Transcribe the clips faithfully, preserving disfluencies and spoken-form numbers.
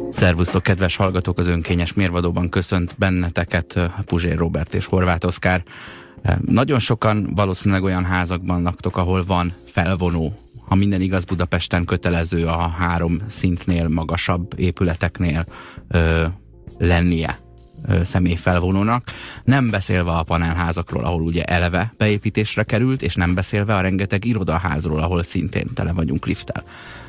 Szervusztok, kedves hallgatók! Az önkényes mérvadóban köszönt benneteket Puzsér Róbert és Horváth Oszkár. Nagyon sokan valószínűleg olyan házakban laktok, ahol van felvonó. Ha minden igaz, Budapesten kötelező a három szintnél magasabb épületeknél ö, lennie ö, személyfelvonónak. Nem beszélve a panelházakról, ahol ugye eleve beépítésre került, és nem beszélve a rengeteg irodaházról, ahol szintén tele vagyunk lifttel.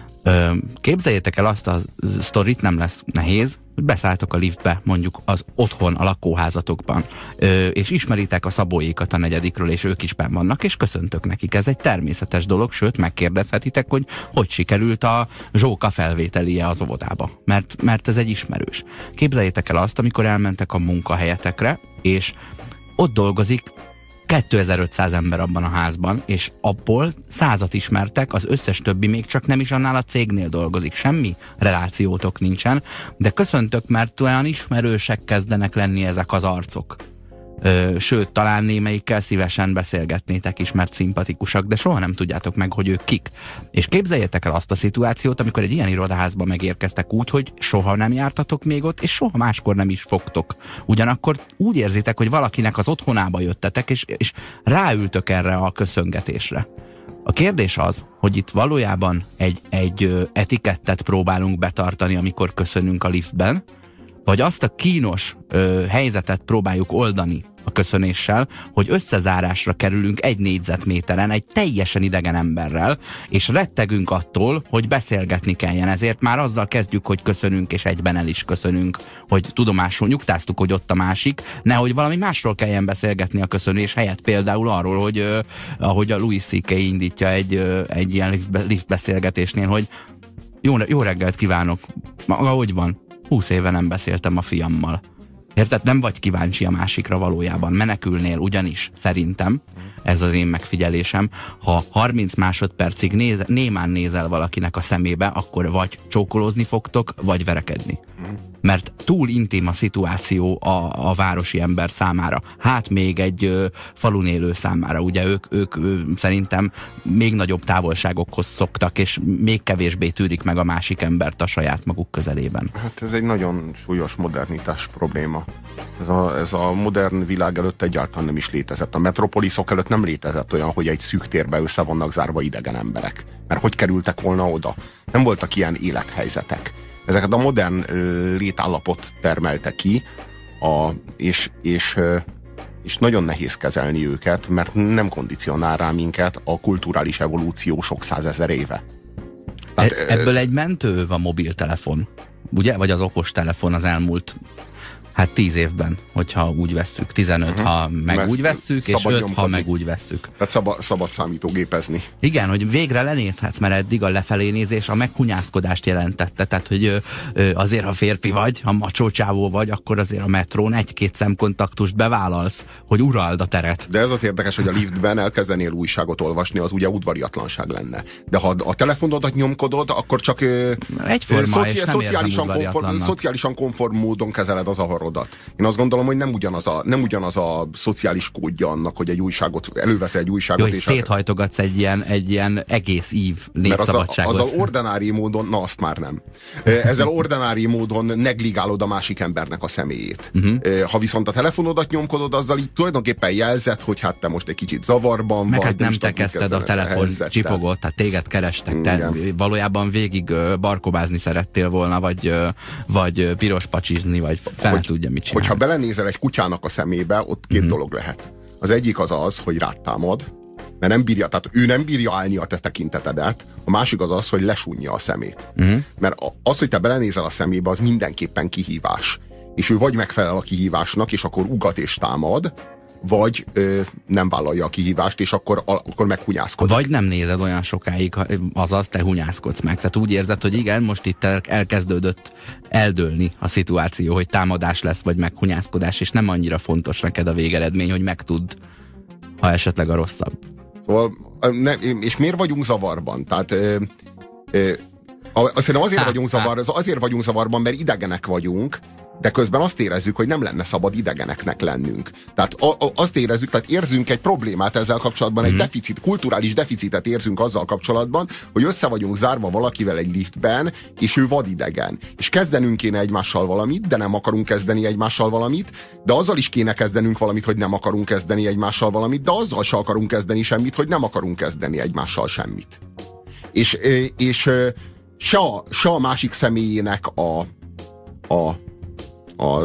Képzeljétek el azt a sztorit, nem lesz nehéz, hogy beszálltok a liftbe mondjuk az otthon, a lakóházatokban, és ismeritek a szabóékat a negyedikről, és ők is benn vannak, és köszöntök nekik. Ez egy természetes dolog, sőt, megkérdezhetitek, hogy hogy sikerült a Zsóka felvételie az óvodába, mert, mert ez egy ismerős. Képzeljétek el azt, amikor elmentek a munkahelyetekre, és ott dolgozik kétezer-ötszáz ember abban a házban, és abból százat ismertek, az összes többi még csak nem is annál a cégnél dolgozik. Semmi relációtok nincsen, de köszöntök, mert olyan ismerősek kezdenek lenni ezek az arcok. Ö, sőt, talán némelyikkel szívesen beszélgetnétek is, mert szimpatikusak, de soha nem tudjátok meg, hogy ők kik. És képzeljétek el azt a szituációt, amikor egy ilyen irodaházba megérkeztek úgy, hogy soha nem jártatok még ott, és soha máskor nem is fogtok. Ugyanakkor úgy érzitek, hogy valakinek az otthonába jöttetek, és, és ráültök erre a köszöngetésre. A kérdés az, hogy itt valójában egy, egy etikettet próbálunk betartani, amikor köszönünk a liftben, vagy azt a kínos ö, helyzetet próbáljuk oldani a köszönéssel, hogy összezárásra kerülünk egy négyzetméteren egy teljesen idegen emberrel, és rettegünk attól, hogy beszélgetni kelljen. Ezért már azzal kezdjük, hogy köszönünk, és egyben el is köszönünk, hogy tudomásul nyugtáztuk, hogy ott a másik, nehogy valami másról kelljen beszélgetni a köszönés helyett. Például arról, hogy ö, ahogy a Louis cé ká indítja egy, ö, egy ilyen lift, lift beszélgetésnél, hogy jó, jó reggelt kívánok, maga hogy van? húsz éve nem beszéltem a fiammal. Érted? Nem vagy kíváncsi a másikra valójában. Menekülnél ugyanis, szerintem, ez az én megfigyelésem, ha harminc másodpercig néz, némán nézel valakinek a szemébe, akkor vagy csókolózni fogtok, vagy verekedni. Mert túl intim a szituáció a, a városi ember számára. Hát még egy ö, falun élő számára. Ugye ők, ők ö, szerintem még nagyobb távolságokhoz szoktak, és még kevésbé tűrik meg a másik embert a saját maguk közelében. Hát ez egy nagyon súlyos modernitás probléma. Ez a, ez a modern világ előtt egyáltalán nem is létezett. A metropoliszok előtt nem létezett olyan, hogy egy szűk térbe össze vannak zárva idegen emberek. Mert hogy kerültek volna oda? Nem voltak ilyen élethelyzetek. Ezeket a modern létállapot termelte ki, a, és, és, és nagyon nehéz kezelni őket, mert nem kondicionál rá minket a kulturális evolúció sok százezer éve. Tehát, e, ebből egy mentőv a mobiltelefon, ugye? Vagy az okostelefon az elmúlt hát tíz évben, hogyha úgy vesszük, tizenöt, uh-huh. ha meg Mert úgy vesszük, és öt, ha meg úgy vesszük. Tehát szabad, szabad számítógépezni. Igen, hogy végre lenézhetsz, mert eddig a lefelé nézés a meghunyászkodást jelentette. Tehát, hogy ö, ö, azért, ha férfi vagy, ha macsócsávó vagy, akkor azért a metrón egy-két szemkontaktust bevállalsz, hogy urald a teret. De ez az érdekes, hogy a liftben elkezdenél újságot olvasni, az ugye udvariatlanság lenne. De ha a telefonodat nyomkodod, akkor csak ö, Egyforma, szoci- szociálisan, konform, szociálisan konform módon kezeled az ahar. Én azt gondolom, hogy nem ugyanaz a, nem ugyanaz a szociális kódja annak, hogy egy újságot, elővesz egy újságot. Jó, és széthajtogatsz egy ilyen, egy ilyen egész ív népszabadságot. Az a, az a ordinári módon, na azt már nem. Ezzel ordinári módon negligálod a másik embernek a személyét. Uh-huh. Ha viszont a telefonodat nyomkodod, azzal így tulajdonképpen jelzed, hogy hát te most egy kicsit zavarban meg vagy. Hát nem te kezdted a telefon csipogót, tehát téged kerestek. Te valójában végig barkobázni szerettél volna, vagy, vagy piros pacsizni, vagy fel tudja, mit csinál. Hogyha belenézel egy kutyának a szemébe, ott két mm-hmm. dolog lehet. Az egyik az az, hogy rád támad, mert nem bírja, tehát ő nem bírja állni a te tekintetedet, a másik az az, hogy lesúnja a szemét. Mm-hmm. Mert az, hogy te belenézel a szemébe, az mindenképpen kihívás. És ő vagy megfelel a kihívásnak, és akkor ugat és támad, vagy ö, nem vállalja a kihívást, és akkor, a, akkor meghunyászkodik. Vagy nem nézed olyan sokáig, azaz te hunyászkodsz meg. Tehát úgy érzed, hogy igen, most itt elkezdődött eldőlni a szituáció, hogy támadás lesz, vagy meghunyászkodás, és nem annyira fontos neked a végeredmény, hogy megtudd, ha esetleg a rosszabb. Szóval, ne, és miért vagyunk zavarban? Tehát ö, ö, szerintem azért, há, vagyunk zavar, azért vagyunk zavarban, mert idegenek vagyunk, de közben azt érezzük, hogy nem lenne szabad idegeneknek lennünk. Tehát a, a, azt érezzük, tehát érzünk egy problémát ezzel kapcsolatban, mm-hmm. egy deficit, kulturális deficitet érzünk azzal kapcsolatban, hogy össze vagyunk zárva valakivel egy liftben, és ő vadidegen. És kezdenünk kéne egymással valamit, de nem akarunk kezdeni egymással valamit, de azzal is kéne kezdenünk valamit, hogy nem akarunk kezdeni egymással valamit, de azzal se akarunk kezdeni semmit, hogy nem akarunk kezdeni egymással semmit. És, és se, a, se a másik személyének a, a A,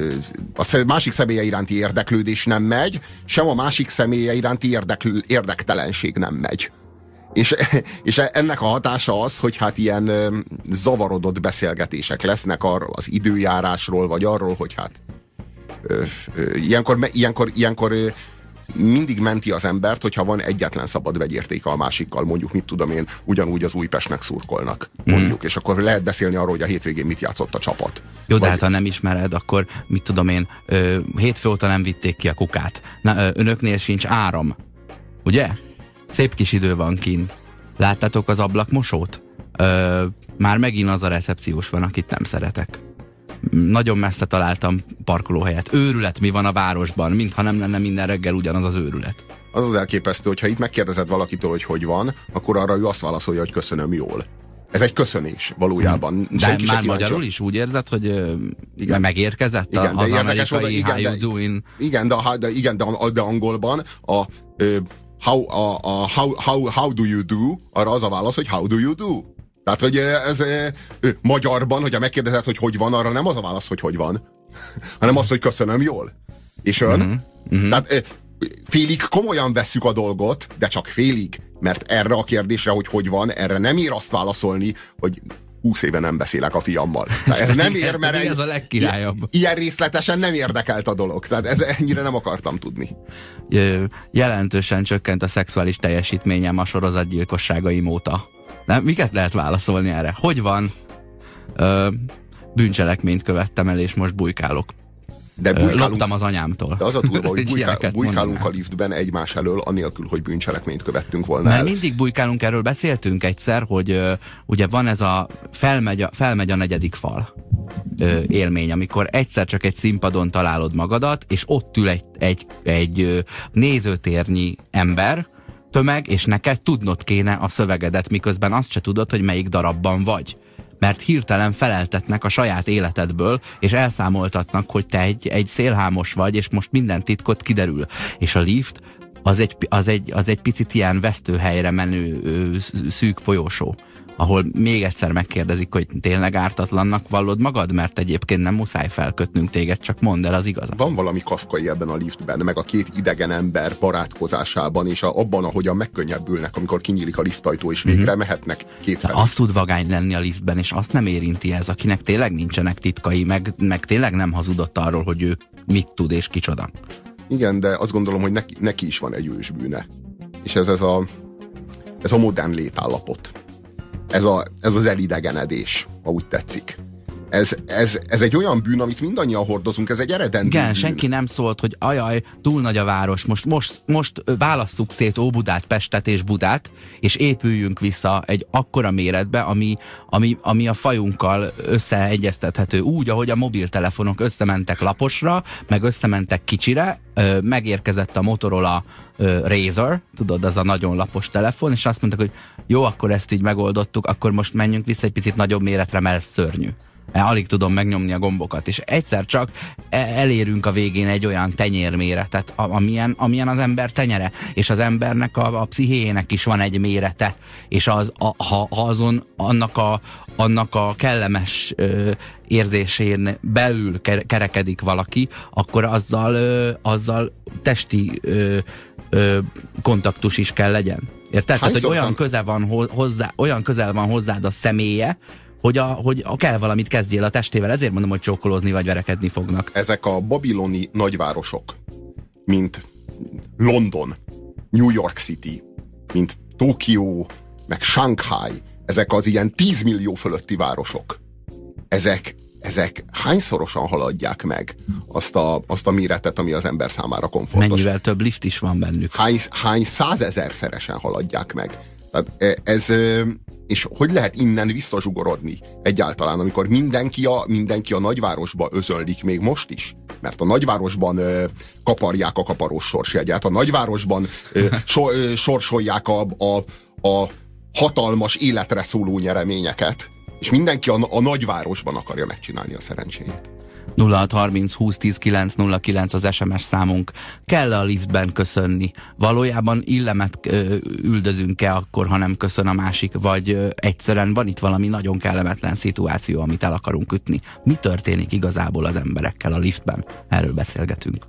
a másik személye iránti érdeklődés nem megy, sem a másik személye iránti érdekl, érdektelenség nem megy. És, és ennek a hatása az, hogy hát ilyen zavarodott beszélgetések lesznek arról az időjárásról, vagy arról, hogy hát ö, ö, ilyenkor, ilyenkor, ilyenkor mindig menti az embert, hogyha van egyetlen szabad vegyértéke a másikkal, mondjuk mit tudom én, ugyanúgy az Újpestnek szurkolnak, mondjuk, mm. és akkor lehet beszélni arról, hogy a hétvégén mit játszott a csapat. Jó, de Vagy... hát ha nem ismered, akkor mit tudom én, ö, hétfő óta nem vitték ki a kukát. Na, ö, önöknél sincs áram, ugye? Szép kis idő van kint. Láttátok az ablakmosót? Ö, már megint az a recepciós van, akit nem szeretek. Nagyon messze találtam parkolóhelyet. Őrület, mi van a városban, mintha nem lenne minden reggel ugyanaz az őrület. Az az elképesztő, hogy ha itt megkérdezed valakitől, hogy hogy van, akkor arra ő azt válaszolja, hogy köszönöm jól. Ez egy köszönés valójában. De Senki már magyarul is úgy érzed, hogy igen. megérkezett igen, az de amerikai igen, how you de, doing? Igen, de, de, igen, de, de angolban a, how, a, a how, how, how do you do, arra az a válasz, hogy how do you do. Tehát, hogy ez e, magyarban, hogyha megkérdezed, hogy hogy van, arra nem az a válasz, hogy hogy van, hanem az, hogy köszönöm jól. És ön? Mm-hmm. Mm-hmm. Tehát e, félig komolyan vesszük a dolgot, de csak félig, mert erre a kérdésre, hogy hogy van, erre nem ér azt válaszolni, hogy húsz éve nem beszélek a fiammal. Tehát ez nem ér, mert ez a legkirályabb. Ilyen részletesen nem érdekelt a dolog. Tehát ez ennyire nem akartam tudni. Jelentősen csökkent a szexuális teljesítményem a sorozatgyilkosságaim óta. Nem? Miket lehet válaszolni erre? Hogy van? Ö, bűncselekményt követtem el, és most bujkálok. De bujkálunk, Loptam az anyámtól. De az a durva, hogy bujkál, bujkálunk a liftben egymás elől, anélkül, hogy bűncselekményt követtünk volna el. Mert mindig bujkálunk, erről beszéltünk egyszer, hogy ö, ugye van ez a felmegy a, felmegy a negyedik fal ö, élmény, amikor egyszer csak egy színpadon találod magadat, és ott ül egy, egy, egy ö, nézőtérnyi ember, tömeg, és neked tudnod kéne a szövegedet, miközben azt se tudod, hogy melyik darabban vagy. Mert hirtelen feleltetnek a saját életedből, és elszámoltatnak, hogy te egy, egy szélhámos vagy, és most minden titkot kiderül. És a lift az egy, az egy, az egy picit ilyen vesztőhelyre menő szűk folyósó, ahol még egyszer megkérdezik, hogy tényleg ártatlannak vallod magad, mert egyébként nem muszáj felkötnünk téged, csak mondd el az igazat. Van valami kafkai ebben a liftben, meg a két idegen ember barátkozásában, és a, abban, ahogyan megkönnyebbülnek, amikor kinyílik a liftajtó, és végre mm-hmm. mehetnek két felé. Azt tud vagány lenni a liftben, és azt nem érinti ez, akinek tényleg nincsenek titkai, meg, meg tényleg nem hazudott arról, hogy ő mit tud és kicsoda. Igen, de azt gondolom, hogy neki, neki is van egy ősbűne. És ez, ez, a, ez a modern létállapot. Ez, a, ez az elidegenedés, ha úgy tetszik. Ez, ez, ez egy olyan bűn, amit mindannyian hordozunk, ez egy eredendő Igen, bűn. senki nem szólt, hogy ajaj, túl nagy a város, most, most, most válasszuk szét Óbudát, Pestet és Budát, és épüljünk vissza egy akkora méretbe, ami, ami, ami a fajunkkal összeegyeztethető úgy, ahogy a mobiltelefonok összementek laposra, meg összementek kicsire, megérkezett a Motorola Razr, tudod, az a nagyon lapos telefon, és azt mondták, hogy jó, akkor ezt így megoldottuk, akkor most menjünk vissza egy picit nagyobb méretre, mert ez szörnyű. Alig tudom megnyomni a gombokat, és egyszer csak elérünk a végén egy olyan tenyérméretet, amilyen, amilyen az ember tenyere, és az embernek a, a pszichéjének is van egy mérete, és az, a, ha azon annak a, annak a kellemes ö, érzésén belül kerekedik valaki, akkor azzal, ö, azzal testi ö, ö, kontaktus is kell legyen. Érted? Tehát, hogy olyan közel van hozzá, olyan közel van hozzád a személye, hogy, a, hogy a kell valamit kezdjél a testével, ezért mondom, hogy csókolózni vagy verekedni fognak. Ezek a babiloni nagyvárosok, mint London, New York City, mint Tokió, meg Shanghai, ezek az ilyen tíz millió fölötti városok. Ezek, ezek hányszorosan haladják meg azt a, azt a méretet, ami az ember számára komfortos? Mennyivel több lift is van bennük? Hány, hány százezerszeresen haladják meg? Tehát ez, és hogy lehet innen visszazsugorodni egyáltalán, amikor mindenki a, mindenki a nagyvárosba özönlik még most is? Mert a nagyvárosban ö, kaparják a kaparós sorsjegyet, a nagyvárosban ö, so, ö, sorsolják a, a, a hatalmas életre szóló nyereményeket, és mindenki a, a nagyvárosban akarja megcsinálni a szerencséjét. nulla hat harminc húsz tíz kilenc nulla kilenc az es em es számunk. Kell a liftben köszönni? Valójában illemet ö, üldözünk-e akkor, ha nem köszön a másik, vagy ö, egyszerűen van itt valami nagyon kellemetlen szituáció, amit el akarunk ütni? Mi történik igazából az emberekkel a liftben? Erről beszélgetünk.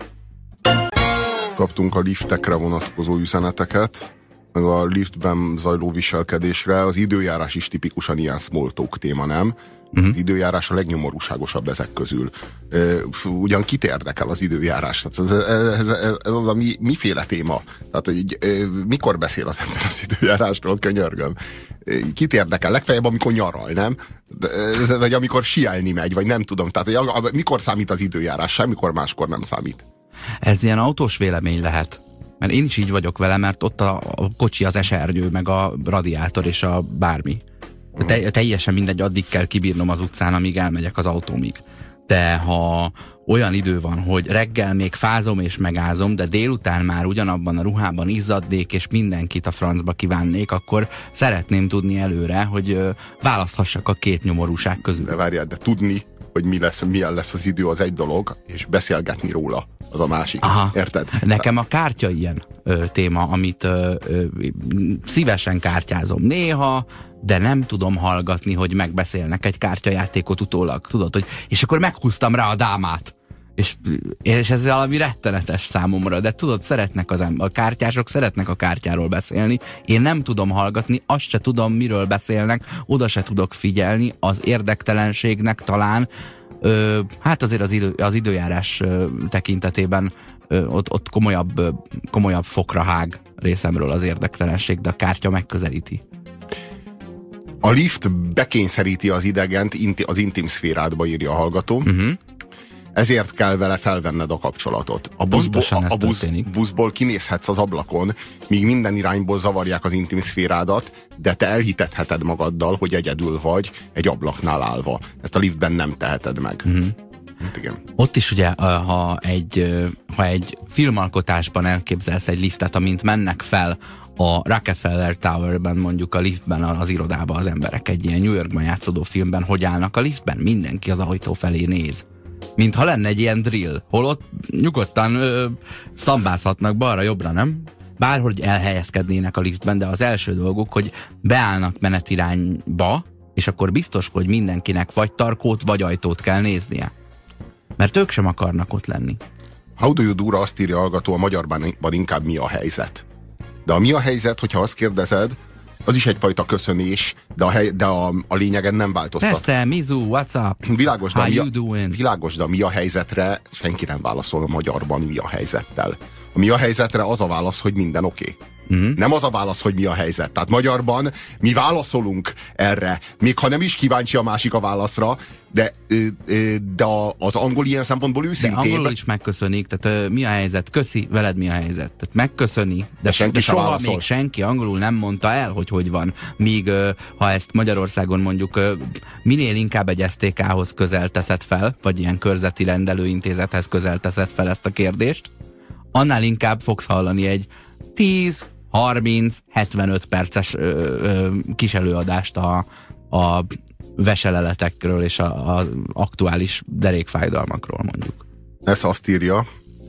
Kaptunk a liftekre vonatkozó üzeneteket, meg a liftben zajló viselkedésre. Az időjárás is tipikusan ilyen small talk téma, nem? Uh-huh. Az időjárás a legnyomorúságosabb ezek közül. Ugyan kit érdekel az időjárás? Ez, ez, ez, ez az a mi, miféle téma? Tehát, hogy mikor beszél az ember az időjárásról, könyörgöm? Kit érdekel? Legfeljebb, amikor nyaral, nem? Vagy amikor sielni megy, vagy nem tudom. Tehát, hogy mikor számít az időjárás? Semmikor máskor nem számít. Ez ilyen autós vélemény lehet. Mert én is így vagyok vele, mert ott a, a kocsi, az esernyő, meg a radiátor és a bármi. Te, teljesen mindegy, addig kell kibírnom az utcán, amíg elmegyek az autómig. De ha olyan idő van, hogy reggel még fázom és megázom, de délután már ugyanabban a ruhában izzadnék, és mindenkit a francba kívánnék, akkor szeretném tudni előre, hogy választhassak a két nyomorúság közül. De várjál, de tudni, hogy mi lesz, milyen lesz az idő, az egy dolog, és beszélgetni róla az a másik. Aha. Érted? Nekem a kártya ilyen ö, téma, amit ö, ö, szívesen kártyázom néha, de nem tudom hallgatni, hogy megbeszélnek egy kártyajátékot utólag. Tudod, hogy és akkor meghúztam rá a dámát. És, és ez valami rettenetes számomra, de tudod, szeretnek az ember, a kártyások szeretnek a kártyáról beszélni, én nem tudom hallgatni, azt se tudom, miről beszélnek, oda se tudok figyelni, az érdektelenségnek talán, ö, hát azért az, idő, az időjárás ö, tekintetében ö, ott, ott komolyabb, ö, komolyabb fokra hág részemről az érdektelenség, de a kártya megközelíti. A lift bekényszeríti az idegent az intim szférádba, írja a hallgató. Uh-huh. Ezért kell vele felvenned a kapcsolatot. A, buszból, a, a busz, buszból kinézhetsz az ablakon, míg minden irányból zavarják az intim szférádat, de te elhitetheted magaddal, hogy egyedül vagy egy ablaknál állva. Ezt a liftben nem teheted meg. Uh-huh. Hát igen. Ott is ugye, ha egy, ha egy filmalkotásban elképzelsz egy liftet, amint mennek fel a Rockefeller Towerben, mondjuk a liftben az irodába az emberek, egy ilyen New Yorkban játszódó filmben, hogy állnak a liftben? Mindenki az ajtó felé néz. Mintha lenne egy ilyen drill, holott nyugodtan ö, szambázhatnak balra-jobbra, nem? Bárhogy elhelyezkednének a liftben, de az első dolguk, hogy beállnak menetirányba, és akkor biztos, hogy mindenkinek vagy tarkót, vagy ajtót kell néznie. Mert ők sem akarnak ott lenni. How do you do-ra azt írja a hallgató, a magyarban inkább mi a helyzet. De a mi a helyzet, hogyha azt kérdezed, az is egyfajta köszönés, de a, hely, de a, a lényegen nem változtat. Persze, Mizu, what's up? Világos, de How mi a, you doing? Világos, de a mi a helyzetre senki nem válaszol a magyarban mi a helyzettel. A mi a helyzetre az a válasz, hogy minden oké. Okay. Uh-huh. Nem az a válasz, hogy mi a helyzet. Tehát magyarban mi válaszolunk erre, még ha nem is kíváncsi a másik a válaszra, de, de az angol ilyen szempontból őszintén. De angolul is megköszönik, tehát mi a helyzet? Köszi, veled mi a helyzet? Tehát megköszöni, de, de, senki de soha válaszol. Még senki angolul nem mondta el, hogy hogy van. Míg ha ezt Magyarországon mondjuk minél inkább egy es té ká-hoz közel teszed fel, vagy ilyen körzeti rendelőintézethez közel teszed fel ezt a kérdést, annál inkább fogsz hallani egy tíz, harminc, hetvenöt perces ö, ö, kis előadást a, a veseleletekről és a, a aktuális derékfájdalmakról, mondjuk. Ez azt írja,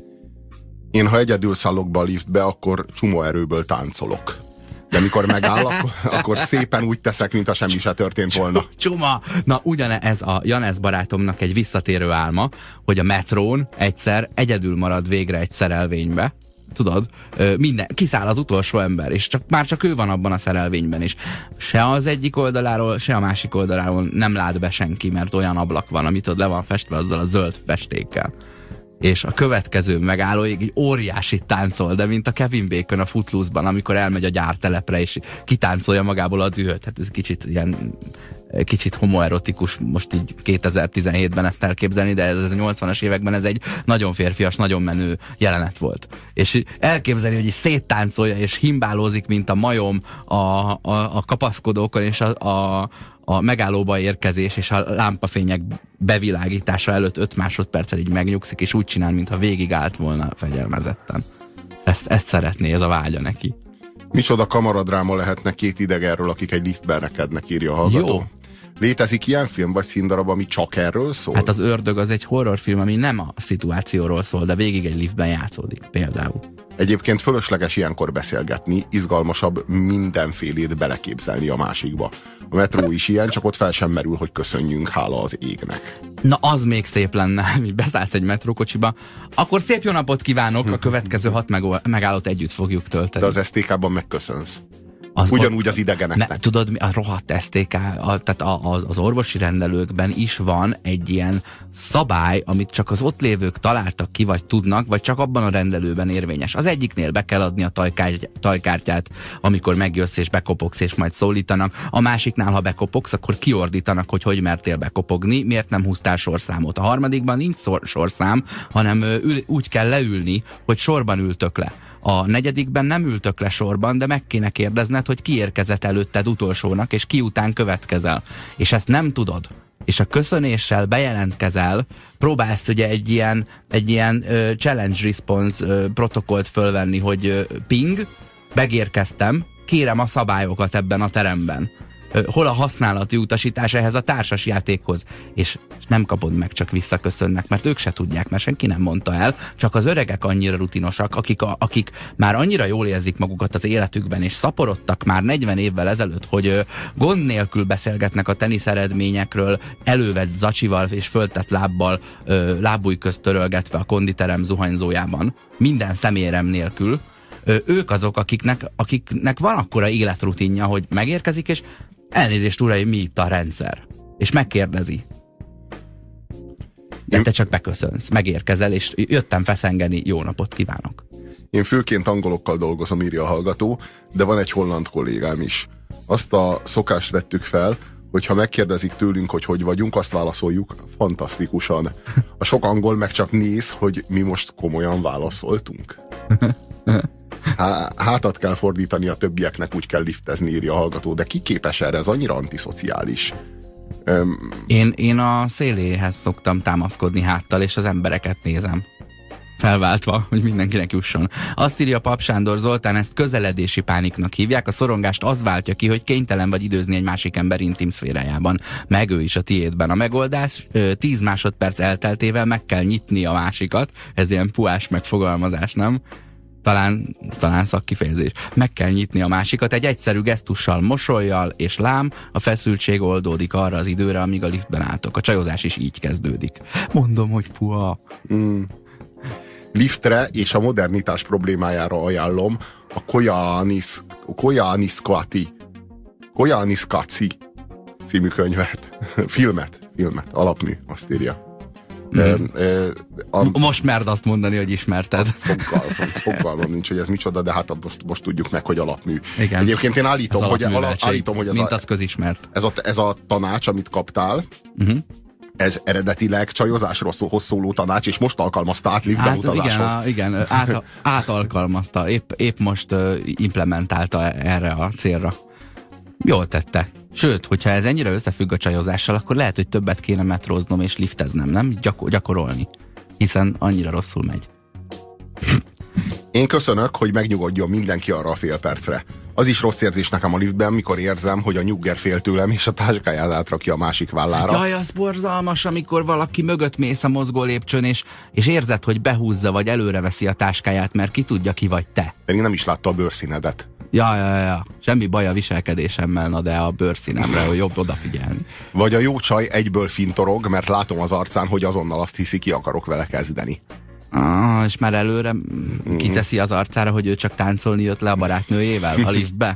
én ha egyedül szállok be a liftbe, akkor csomó erőből táncolok. De mikor megáll, akkor, akkor szépen úgy teszek, mintha semmi se történt volna. Csuma! Na, ugyanez a Janez barátomnak egy visszatérő álma, hogy a metrón egyszer egyedül marad végre egy szerelvénybe. Tudod, minden, kiszáll az utolsó ember, és csak, már csak ő van abban a szerelvényben, és se az egyik oldaláról, se a másik oldaláról nem lát be senki, mert olyan ablak van, amit ott le van festve azzal a zöld festékkel. és a következő megállóig egy óriási táncol, de mint a Kevin Bacon a Footloose-ban, amikor elmegy a gyártelepre, és kitáncolja magából a dühöt. Hát ez kicsit ilyen kicsit homoerotikus most így kétezer-tizenhétben ezt elképzelni, de ez, ez a nyolcvanas években ez egy nagyon férfias, nagyon menő jelenet volt. És elképzelni, hogy így széttáncolja, és himbálózik, mint a majom a, a, a kapaszkodókon, és a, a, a megállóba érkezés, és a lámpafények bevilágítása előtt öt másodperccel így megnyugszik, és úgy csinál, mintha végigállt volna fegyelmezetten. Ezt, ezt szeretné, ez a vágya neki. Micsoda kamaradráma lehetne két idegenről, akik egy liftben rekednek, írja a hallgató. Jó. Létezik ilyen film vagy színdarab, ami csak erről szól? Hát az Ördög az egy horrorfilm, ami nem a szituációról szól, de végig egy liftben játszódik például. Egyébként fölösleges ilyenkor beszélgetni, izgalmasabb mindenfélét beleképzelni a másikba. A metró is ilyen, csak ott fel sem merül, hogy köszönjünk, hála az égnek. Na az még szép lenne, hogy beszállsz egy metrókocsiba, akkor szép jó napot kívánok, a következő hat megállót együtt fogjuk tölteni. De az es té ká-ban megköszönsz. Az ugyanúgy az idegeneknek. Ne, tudod, mi a rohadt es té ká, a, tehát a, a, az orvosi rendelőkben is van egy ilyen szabály, amit csak az ott lévők találtak ki, vagy tudnak, vagy csak abban a rendelőben érvényes. Az egyiknél be kell adni a tajkárty- tajkártyát, amikor megjössz és bekopogsz, és majd szólítanak. A másiknál, ha bekopogsz, akkor kiordítanak, hogy hogy mertél bekopogni, miért nem húztál sorszámot. A harmadikban nincs szor- sorszám, hanem ül, úgy kell leülni, hogy sorban ültök le. A negyedikben nem ültök le sorban, de meg kéne kérdezned, hogy ki érkezett előtted utolsónak, és ki után következel. És ezt nem tudod. És a köszönéssel bejelentkezel, próbálsz ugye egy ilyen, egy ilyen uh, challenge response uh, protokollt fölvenni, hogy uh, ping, megérkeztem, kérem a szabályokat ebben a teremben. Uh, hol a használati utasítás ehhez a társas játékhoz? És nem kapod meg, csak visszaköszönnek, mert ők se tudják, mert senki nem mondta el, csak az öregek annyira rutinosak, akik, a, akik már annyira jól érzik magukat az életükben, és szaporodtak már negyven évvel ezelőtt, hogy ö, gond nélkül beszélgetnek a tenisz eredményekről, elővett zacsival és föltett lábbal, ö, lábúj közt törölgetve a konditerem zuhanyzójában, minden szemérem nélkül. Ö, ők azok, akiknek, akiknek van akkora életrutinja, hogy megérkezik, és elnézést uraim, mi itt a rendszer? És megkérdezi. De te csak beköszönsz, megérkezel, és jöttem feszengeni, jó napot kívánok. Én főként angolokkal dolgozom, írja a hallgató, de van egy holland kollégám is. Azt a szokást vettük fel, hogy ha megkérdezik tőlünk, hogy hogy vagyunk, azt válaszoljuk fantasztikusan. A sok angol meg csak néz, hogy mi most komolyan válaszoltunk. Há, hátat kell fordítani a többieknek, úgy kell liftezni, írja a hallgató, de ki képes erre? Ez annyira antiszociális. Um, én, én a széléhez szoktam támaszkodni háttal, és az embereket nézem. Felváltva, hogy mindenkinek jusson. Azt írja Pap Sándor Zoltán, ezt közeledési pániknak hívják. A szorongást az váltja ki, hogy kénytelen vagy időzni egy másik ember intim szférájában. Meg ő is a tiédben. A megoldás tíz másodperc elteltével meg kell nyitni a másikat. Ez ilyen puás megfogalmazás, nem? Talán, talán szakkifejezés. Meg kell nyitni a másikat egy egyszerű gesztussal, mosollyal, és lám, a feszültség oldódik arra az időre, amíg a liftben álltok. A csajozás is így kezdődik. Mondom, hogy puha. Mm. Liftre és a modernitás problémájára ajánlom a Koyanis, Koyaanisqatsi Koyaanisqatsi című könyvet. Filmet, filmet, alapmű, azt írja. Mm. E, e, a, most merd azt mondani, hogy ismerted. Fogalmam, fogalmam nincs, hogy ez micsoda, de hát most, most tudjuk meg, hogy alapmű. Igen. Egyébként én állítom, hogy, ala, állítom, hogy ez, mint a, az közismert. Ez, a, ez a tanács, amit kaptál, uh-huh. ez eredetileg csajozásról szóló tanács, és most alkalmazta át liftben hát, utazáshoz. Igen, igen át, átalkalmazta, épp, épp most uh, implementálta erre a célra. Jól tette. Sőt, hogyha ez ennyire összefügg a csajozással, akkor lehet, hogy többet kéne metróznom és lifteznem, nem? Gyakor- gyakorolni. Hiszen annyira rosszul megy. Én köszönök, hogy megnyugodjon mindenki arra a fél percre. Az is rossz érzés nekem a liftben, mikor érzem, hogy a nyugger fél tőlem, és a táskáját átrakja a másik vállára. Jaj, az borzalmas, amikor valaki mögött mész a mozgó lépcsőn, és, és érzed, hogy behúzza, vagy előre veszi a táskáját, mert ki tudja, ki vagy te. Pedig nem is látta a bőrszínedet. Ja, ja, ja. Semmi baj a viselkedésemmel, na de a bőrszínemre, hogy jobb odafigyelni. Vagy a jó csaj egyből fintorog, mert látom az arcán, hogy azonnal azt hiszi, ki akarok vele kezdeni. Ah, és már előre mm. kiteszi az arcára, hogy ő csak táncolni jött le a barátnőjével a liftbe.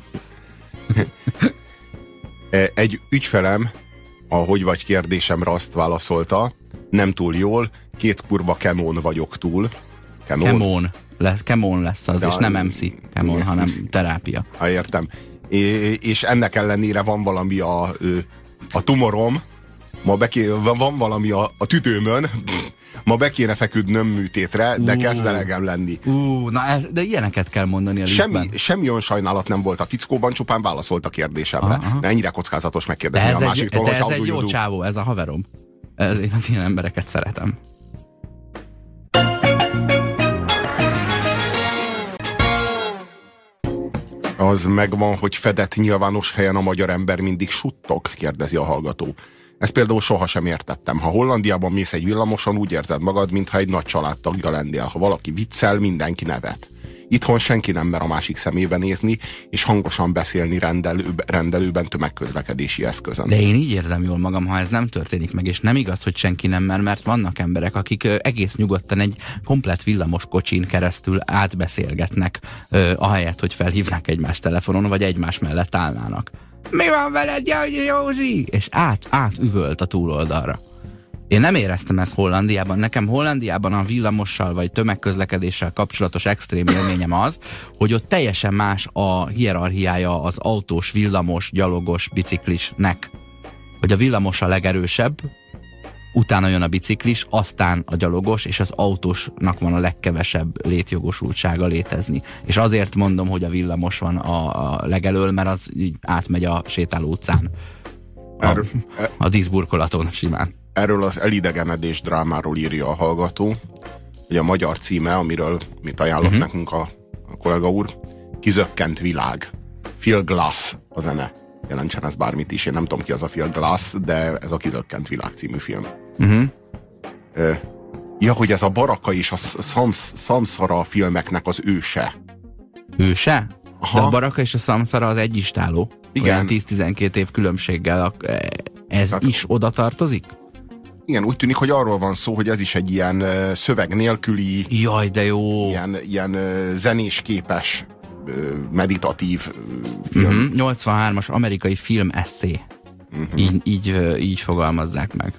Egy ügyfelem a hogy vagy kérdésemre azt válaszolta, nem túl jól, két kurva kemón vagyok túl. Kemón. Lesz, Kemón lesz az, de és a, nem em cé Kemón, hanem terápia. Ha értem. É, és ennek ellenére van valami a, a tumorom, ma beké, van valami a, a tüdőmön, ma be kéne feküdnöm műtétre, de uh, kezd elegem lenni. Uh, na ez, de ilyeneket kell mondani a semmi, semmi olyan sajnálat nem volt a fickóban, csupán válaszolt a kérdésemre. Aha, aha. De ennyire kockázatos megkérdezni a másiktól, hogy ez egy jó csávó, ez a haverom. Ez, én az ilyen embereket szeretem. Az megvan, hogy fedett nyilvános helyen a magyar ember mindig suttog? Kérdezi a hallgató. Ezt például sohasem értettem. Ha Hollandiában mész egy villamoson, úgy érzed magad, mintha egy nagy családtagja lennél. Ha valaki viccel, mindenki nevet. Itthon senki nem mer a másik szemébe nézni, és hangosan beszélni rendelő, rendelőben, tömegközlekedési eszközön. De én így érzem jól magam, ha ez nem történik meg, és nem igaz, hogy senki nem mer, mert vannak emberek, akik egész nyugodtan egy komplett villamos kocsin keresztül átbeszélgetnek, ahelyett, hogy felhívnák egymást telefonon, vagy egymás mellett állnának. Mi van veled, Józsi? És át, átüvölt a túloldalra. Én nem éreztem ezt Hollandiában. Nekem Hollandiában a villamossal vagy tömegközlekedéssel kapcsolatos extrém élményem az, hogy ott teljesen más a hierarchiája az autós, villamos, gyalogos, biciklisnek. Hogy a villamos a legerősebb, utána jön a biciklis, aztán a gyalogos, és az autósnak van a legkevesebb létjogosultsága létezni. És azért mondom, hogy a villamos van a, a legelől, mert az így átmegy a sétáló utcán. A, a díszburkolaton simán. Erről az elidegenedés drámáról írja a hallgató, hogy a magyar címe, amiről mit ajánlott uh-huh. nekünk a, a kollega úr, Kizökkent világ. Phil Glass a zene. Jelentsen ez bármit is, én nem tudom ki az a Phil Glass, de ez a Kizökkent világ című film. Uh-huh. Ö, ja, hogy ez a Baraka és a Szamsz, Szamszara filmeknek az őse. Őse? Aha. De a Baraka és a Szamszara az egy istáló. Igen. Olyan tíz-tizenkét év különbséggel. Ez Tehát, is oda tartozik? Igen, úgy tűnik, hogy arról van szó, hogy ez is egy ilyen uh, szöveg nélküli, jaj, de jó. Ilyen, ilyen uh, zenésképes, uh, meditatív uh, film. Uh-huh. nyolcvanhármas amerikai film esszé. Uh-huh. Így, így, uh, így fogalmazzák meg.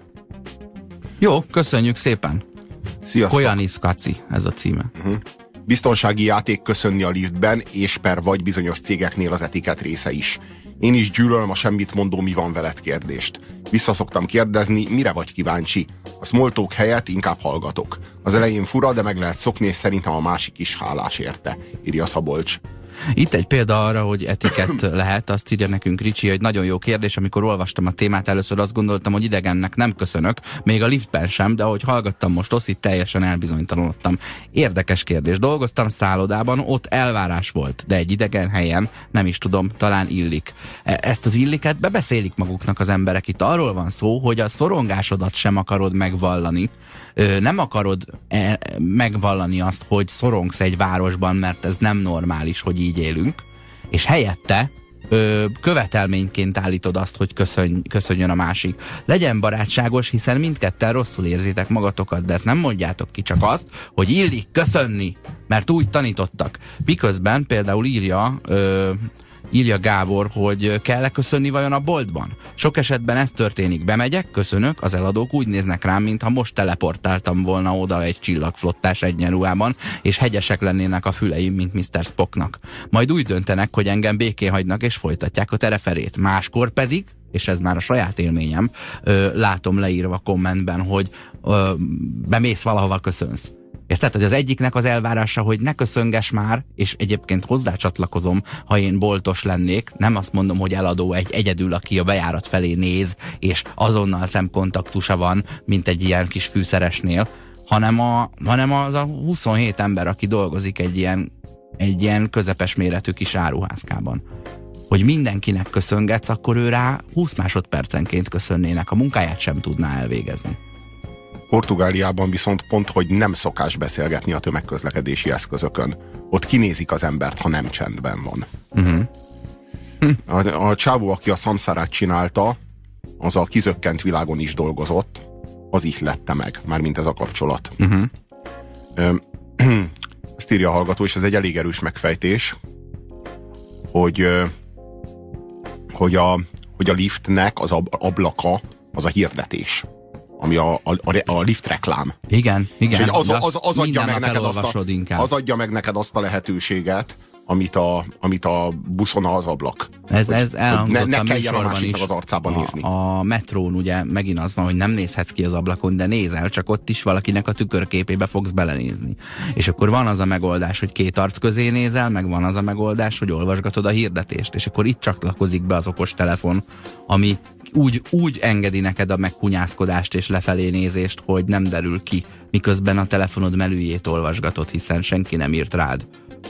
Jó, köszönjük szépen. Sziasztok. Koyanis Kaci, ez a címe. Uh-huh. Biztonsági játék köszönni a liftben, és per vagy bizonyos cégeknél az etikett része is. Én is gyűlölöm a semmit mondó mi van veled kérdést. Visszaszoktam kérdezni, mire vagy kíváncsi. A small talk helyett inkább hallgatok. Az elején fura, de meg lehet szokni, és szerintem a másik is hálás érte, írja Szabolcs. Itt egy példa arra, hogy etikett lehet, azt írja nekünk Ricsi, hogy nagyon jó kérdés. Amikor olvastam a témát, először azt gondoltam, hogy idegennek nem köszönök, még a liftben sem, de ahogy hallgattam most Oszit, teljesen elbizonytalanodtam. Érdekes kérdés. Dolgoztam szállodában, ott elvárás volt, de egy idegen helyen, nem is tudom, talán illik. Ezt az illiket bebeszélik maguknak az emberek. Itt arról van szó, hogy a szorongásodat sem akarod megvallani. Nem akarod megvallani azt, hogy szorongsz egy városban, mert ez nem normális, hogy így élünk, és helyette ö, követelményként állítod azt, hogy köszönj, köszönjön a másik. Legyen barátságos, hiszen mindketten rosszul érzitek magatokat, de ezt nem mondjátok ki, csak azt, hogy illik köszönni, mert úgy tanítottak. Miközben például írja ö, írja Gábor, hogy kell-e köszönni vajon a boltban? Sok esetben ez történik. Bemegyek, köszönök, az eladók úgy néznek rám, mintha most teleportáltam volna oda egy csillagflottás egyenruhában, és hegyesek lennének a füleim, mint miszter Spocknak. Majd úgy döntenek, hogy engem békén hagynak, és folytatják a tereferét. Máskor pedig, és ez már a saját élményem, ö, látom leírva kommentben, hogy ö, bemész valahova, köszönsz. Érted? Hogy az egyiknek az elvárása, hogy ne köszönges már, és egyébként hozzácsatlakozom, ha én boltos lennék, nem azt mondom, hogy eladó egy egyedül, aki a bejárat felé néz, és azonnal szemkontaktusa van, mint egy ilyen kis fűszeresnél, hanem, a, hanem az a huszonhét ember, aki dolgozik egy ilyen, egy ilyen közepes méretű kis áruházkában. Hogy mindenkinek köszöngetsz, akkor ő rá húsz másodpercenként köszönnének, a munkáját sem tudná elvégezni. Portugáliában viszont pont, hogy nem szokás beszélgetni a tömegközlekedési eszközökön. Ott kinézik az embert, ha nem csendben van. Uh-huh. Hm. A, a csávó, aki a Szamszarát csinálta, az a Kizökkent világon is dolgozott, az ihlette meg, mármint ez a kapcsolat. Uh-huh. Ö, ezt írja a hallgató, és ez egy elég erős megfejtés, hogy, hogy, a, hogy a liftnek az ab, ablaka az a hirdetés. ami a, a, a lift reklám. Igen, igen. Az, az, az, az, adja meg neked azt a, inkább. az adja meg neked azt a lehetőséget, amit a, amit a buszon az ablak. Ez, hogy, ez elhangzott ne, ne a kelljen a másiknak is. Az arcában a, nézni. A metrón ugye megint az van, hogy nem nézhetsz ki az ablakon, de nézel, csak ott is valakinek a tükörképébe fogsz belenézni. És akkor van az a megoldás, hogy két arc közé nézel, meg van az a megoldás, hogy olvasgatod a hirdetést, és akkor itt csatlakozik be az okostelefon, ami úgy, úgy engedi neked a megkunyászkodást és lefelé nézést, hogy nem derül ki, miközben a telefonod menüjét olvasgatod, hiszen senki nem írt rád.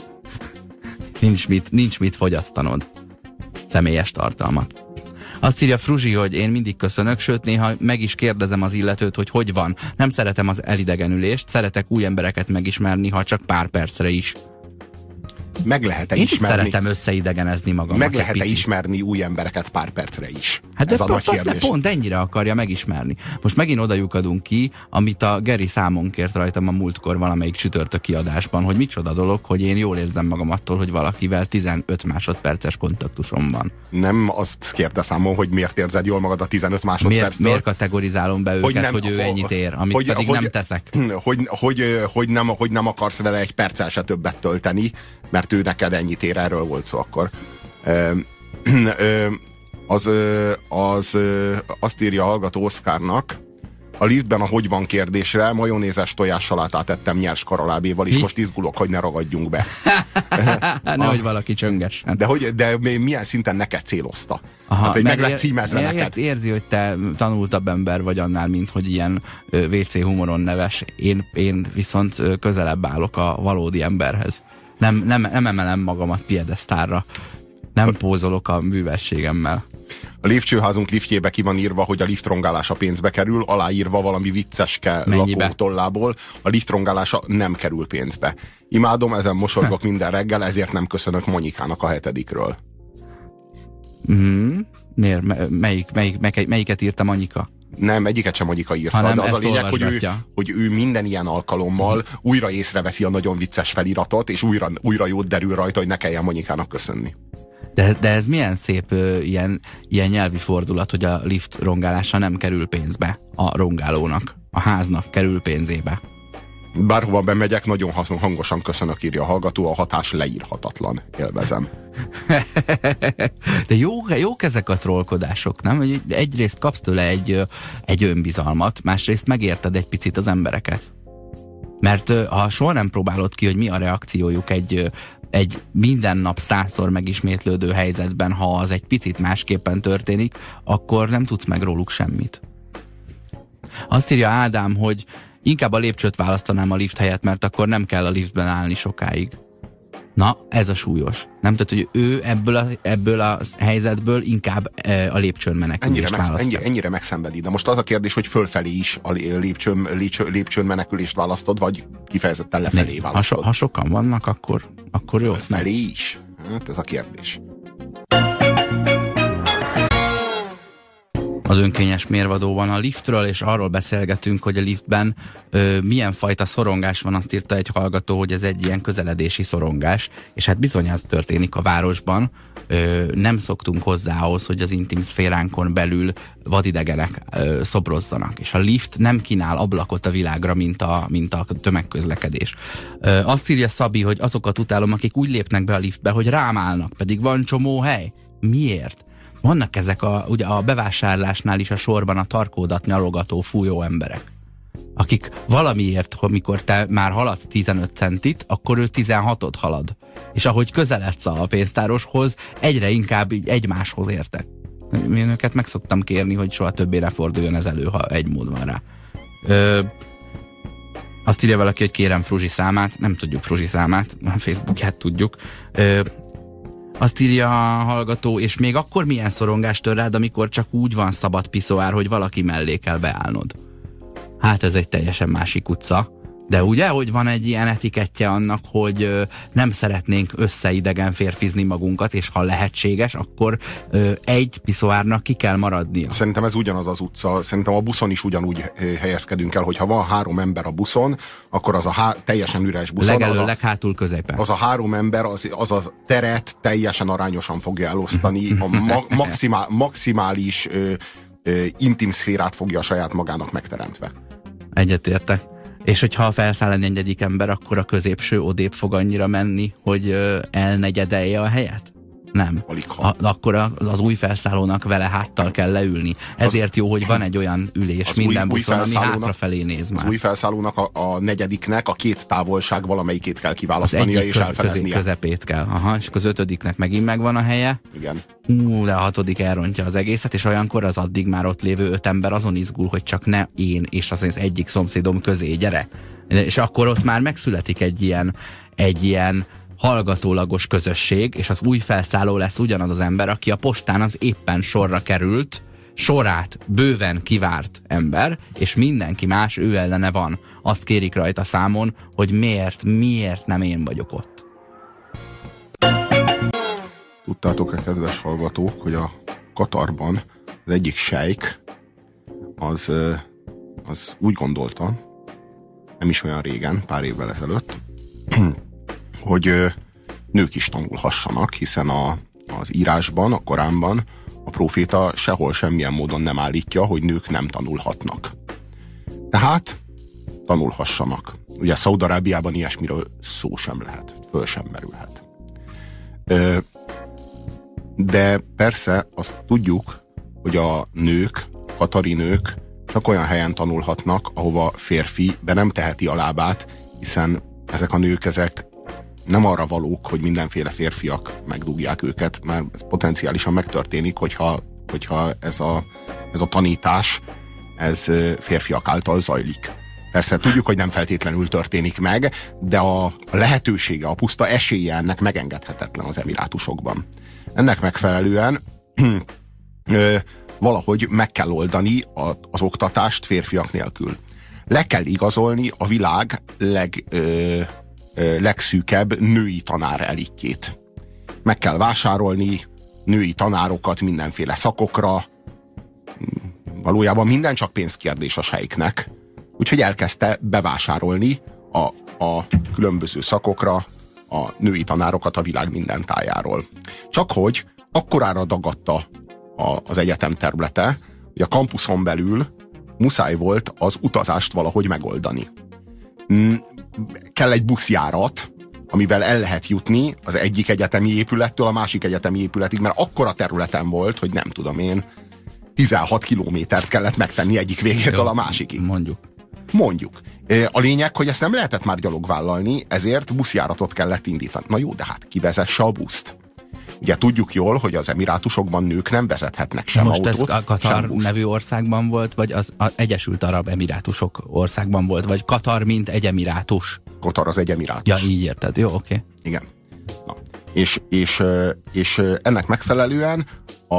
Nincs mit, nincs mit fogyasztanod. Személyes tartalmat. Azt írja Fruzsi, hogy én mindig köszönök, sőt néha meg is kérdezem az illetőt, hogy hogy van. Nem szeretem az elidegenülést, szeretek új embereket megismerni, ha csak pár percre is. Meg lehet-e Én ismerni? Én szeretem összeidegenezni magamat. Meg lehet-e ismerni új embereket pár percre is? Hát ez de a nagy kérdés. De pont ennyire akarja megismerni. Most megint oda lyukadunk ki, amit a Geri számon kért rajtam a múltkor valamelyik csütörtöki adásban, hogy micsoda dolog, hogy én jól érzem magam attól, hogy valakivel tizenöt másodperces kontaktusom van. Nem azt kérte számon, hogy miért érzed jól magad a tizenöt másodperctől. Miért, miért kategorizálom be őket, hogy, nem, hogy ő ennyit ér, amit hogy, pedig hogy, nem teszek? Hogy, hogy, hogy, nem, hogy nem akarsz vele egy perccel se többet tölteni, mert ő neked ennyit ér, erről volt szó akkor. Ö, ö, az, az, azt írja a hallgató Oszkárnak, a liftben a hogy van kérdésre majonézes tojássalátát ettem nyers karalábéval, és Mi? most izgulok, hogy ne ragadjunk be. Nehogy valaki csönges. De, hogy, de milyen szinten neked célozta? Aha, hát, hogy meg lett címezve ér, neked. Érzi, hogy te tanultabb ember vagy annál, mint hogy ilyen vé cé humoron neves. Én, én viszont közelebb állok a valódi emberhez. Nem, nem, nem emelem magamat piedesztálra. Nem pózolok a művességemmel. A lépcsőházunk liftjébe ki van írva, hogy a liftrongálása pénzbe kerül, aláírva valami vicceske lakótollából. A liftrongálása nem kerül pénzbe. Imádom, ezen mosolygok minden reggel, ezért nem köszönök Monyikának a hetedikről. Mm, miért? Melyik, melyik, melyik, melyiket írta Monyika? Nem, egyiket sem Monyika írta, de az a lényeg, hogy ő, hogy ő minden ilyen alkalommal újra észreveszi a nagyon vicces feliratot, és újra, újra jót derül rajta, hogy ne kelljen Monyikának köszönni. De, de ez milyen szép ö, ilyen, ilyen nyelvi fordulat, hogy a lift rongálása nem kerül pénzbe a rongálónak, a háznak kerül pénzébe. Bárhova bemegyek, nagyon hangosan köszönök, írja a hallgató, a hatás leírhatatlan. Élvezem. De jó, jók ezek a trollkodások, nem? Egyrészt kapsz tőle egy, egy önbizalmat, másrészt megérted egy picit az embereket. Mert ha soha nem próbálod ki, hogy mi a reakciójuk egy, egy minden nap százszor megismétlődő helyzetben, ha az egy picit másképpen történik, akkor nem tudsz meg róluk semmit. Azt írja Ádám, hogy inkább a lépcsőt választanám a lift helyett, mert akkor nem kell a liftben állni sokáig. Na, ez a súlyos. Nem tudod, hogy ő ebből a, ebből a helyzetből inkább e, a lépcsőn menekülést ennyire, választ. Ennyire, ennyire megszenvedi. De most az a kérdés, hogy fölfelé is a lépcsőn, lépcső, lépcsőn menekülést választod, vagy kifejezetten lefelé ne, választod. Ha, so, ha sokan vannak, akkor, akkor jó. Fölfelé is? Hát ez a kérdés. Az önkényes mérvadóban a liftről, és arról beszélgetünk, hogy a liftben ö, milyen fajta szorongás van. Azt írta egy hallgató, hogy ez egy ilyen közeledési szorongás, és hát bizony ez történik a városban. Ö, nem szoktunk hozzá ahhoz, hogy az intim szféránkon belül vadidegenek ö, szobrozzanak, és a lift nem kínál ablakot a világra, mint a, mint a tömegközlekedés. Ö, azt írja Szabi, hogy azokat utálom, akik úgy lépnek be a liftbe, hogy rám állnak, pedig van csomó hely. Miért? Vannak ezek a, ugye a bevásárlásnál is a sorban a tarkódat nyalogató, fújó emberek, akik valamiért, amikor te már haladsz tizenöt centit, akkor ő tizenhatot halad. És ahogy közeledsz a pénztároshoz, egyre inkább így egymáshoz értek. Én őket meg szoktam kérni, hogy soha többé ne forduljon ez elő, ha egy mód van rá. Ö, azt írja valaki, hogy kérem Fruzsi számát, nem tudjuk Fruzsi számát, a Facebookját tudjuk. Ö, Azt írja a hallgató, és még akkor milyen szorongás tör rád, amikor csak úgy van szabad piszoár, hogy valaki mellé kell beállnod. Hát ez egy teljesen másik utca. De ugye, hogy van egy ilyen etikettje annak, hogy ö, nem szeretnénk összeidegen férfizni magunkat, és ha lehetséges, akkor ö, egy piszoárnak ki kell maradnia. Szerintem ez ugyanaz az utca. Szerintem a buszon is ugyanúgy helyezkedünk el, hogy ha van három ember a buszon, akkor az a há- teljesen üres buszon. Legelő, az a, leghátul középen. Az a három ember az, az a teret teljesen arányosan fogja elosztani. A ma- maximál, maximális ö, ö, intim szférát fogja a saját magának megteremtve. Egyetértek. És hogyha felszáll a negyedik ember, akkor a középső odébb fog annyira menni, hogy ö, elnegyedelje a helyet? Nem. A, akkor a, az új felszállónak vele háttal kell leülni. Ezért jó, hogy van egy olyan ülés minden új, buszon, új ami hátrafelé néz már. Az új felszállónak a, a negyediknek a két távolság valamelyikét kell kiválasztania és köz, elfedeznie. Közepét kell. Aha, és az ötödiknek megint megvan a helye. Igen. Ú, de a hatodik elrontja az egészet, és olyankor az addig már ott lévő öt ember azon izgul, hogy csak ne én és az egyik szomszédom közé gyere. És akkor ott már megszületik egy ilyen, egy ilyen hallgatólagos közösség, és az új felszálló lesz ugyanaz az ember, aki a postán az éppen sorra került, sorát bőven kivárt ember, és mindenki más ő ellene van. Azt kérik rajta számon, hogy miért, miért nem én vagyok ott. Tudtátok-e, kedves hallgatók, hogy a Katarban az egyik sejk az, az úgy gondolta, nem is olyan régen, pár évvel ezelőtt, hogy nők is tanulhassanak, hiszen a, az írásban, a Koránban a próféta sehol semmilyen módon nem állítja, hogy nők nem tanulhatnak. Tehát tanulhassanak. Ugye Szaúd-Arábiában ilyesmiről szó sem lehet, föl sem merülhet. De persze azt tudjuk, hogy a nők, katari nők csak olyan helyen tanulhatnak, ahova férfi be nem teheti a lábát, hiszen ezek a nők, ezek nem arra valók, hogy mindenféle férfiak megdugják őket, mert ez potenciálisan megtörténik, hogyha, hogyha ez, a, ez a tanítás ez férfiak által zajlik. Persze tudjuk, hogy nem feltétlenül történik meg, de a, a lehetősége, a puszta esélye ennek megengedhetetlen az Emirátusokban. Ennek megfelelően ö, valahogy meg kell oldani a, az oktatást férfiak nélkül. Le kell igazolni a világ leg... Ö, legszűkebb női tanár elitjét. Meg kell vásárolni női tanárokat mindenféle szakokra. Valójában minden csak pénzkérdés a sejknek. Úgyhogy elkezdte bevásárolni a, a különböző szakokra a női tanárokat a világ minden tájáról. Csak hogy akkorára dagadta a, az egyetem területe, hogy a kampuszon belül muszáj volt az utazást valahogy megoldani. Kell egy buszjárat, amivel el lehet jutni az egyik egyetemi épülettől a másik egyetemi épületig, mert akkora területen volt, hogy nem tudom én, tizenhat kilométert kellett megtenni egyik végétől a másikig. Mondjuk. Mondjuk. A lényeg, hogy ezt nem lehetett már gyalog vállalni, ezért buszjáratot kellett indítani. Na jó, de hát ki vezesse a buszt? Ugye tudjuk jól, hogy az Emirátusokban nők nem vezethetnek sem most autót, ez a Katar sem buszt. nevű országban volt, vagy az, az Egyesült Arab Emirátusok országban volt, vagy Katar mint egy emirátus? Katar az egy emirátus. Ja, így érted. Jó, oké. Okay. Igen. Na. És, és, és ennek megfelelően a,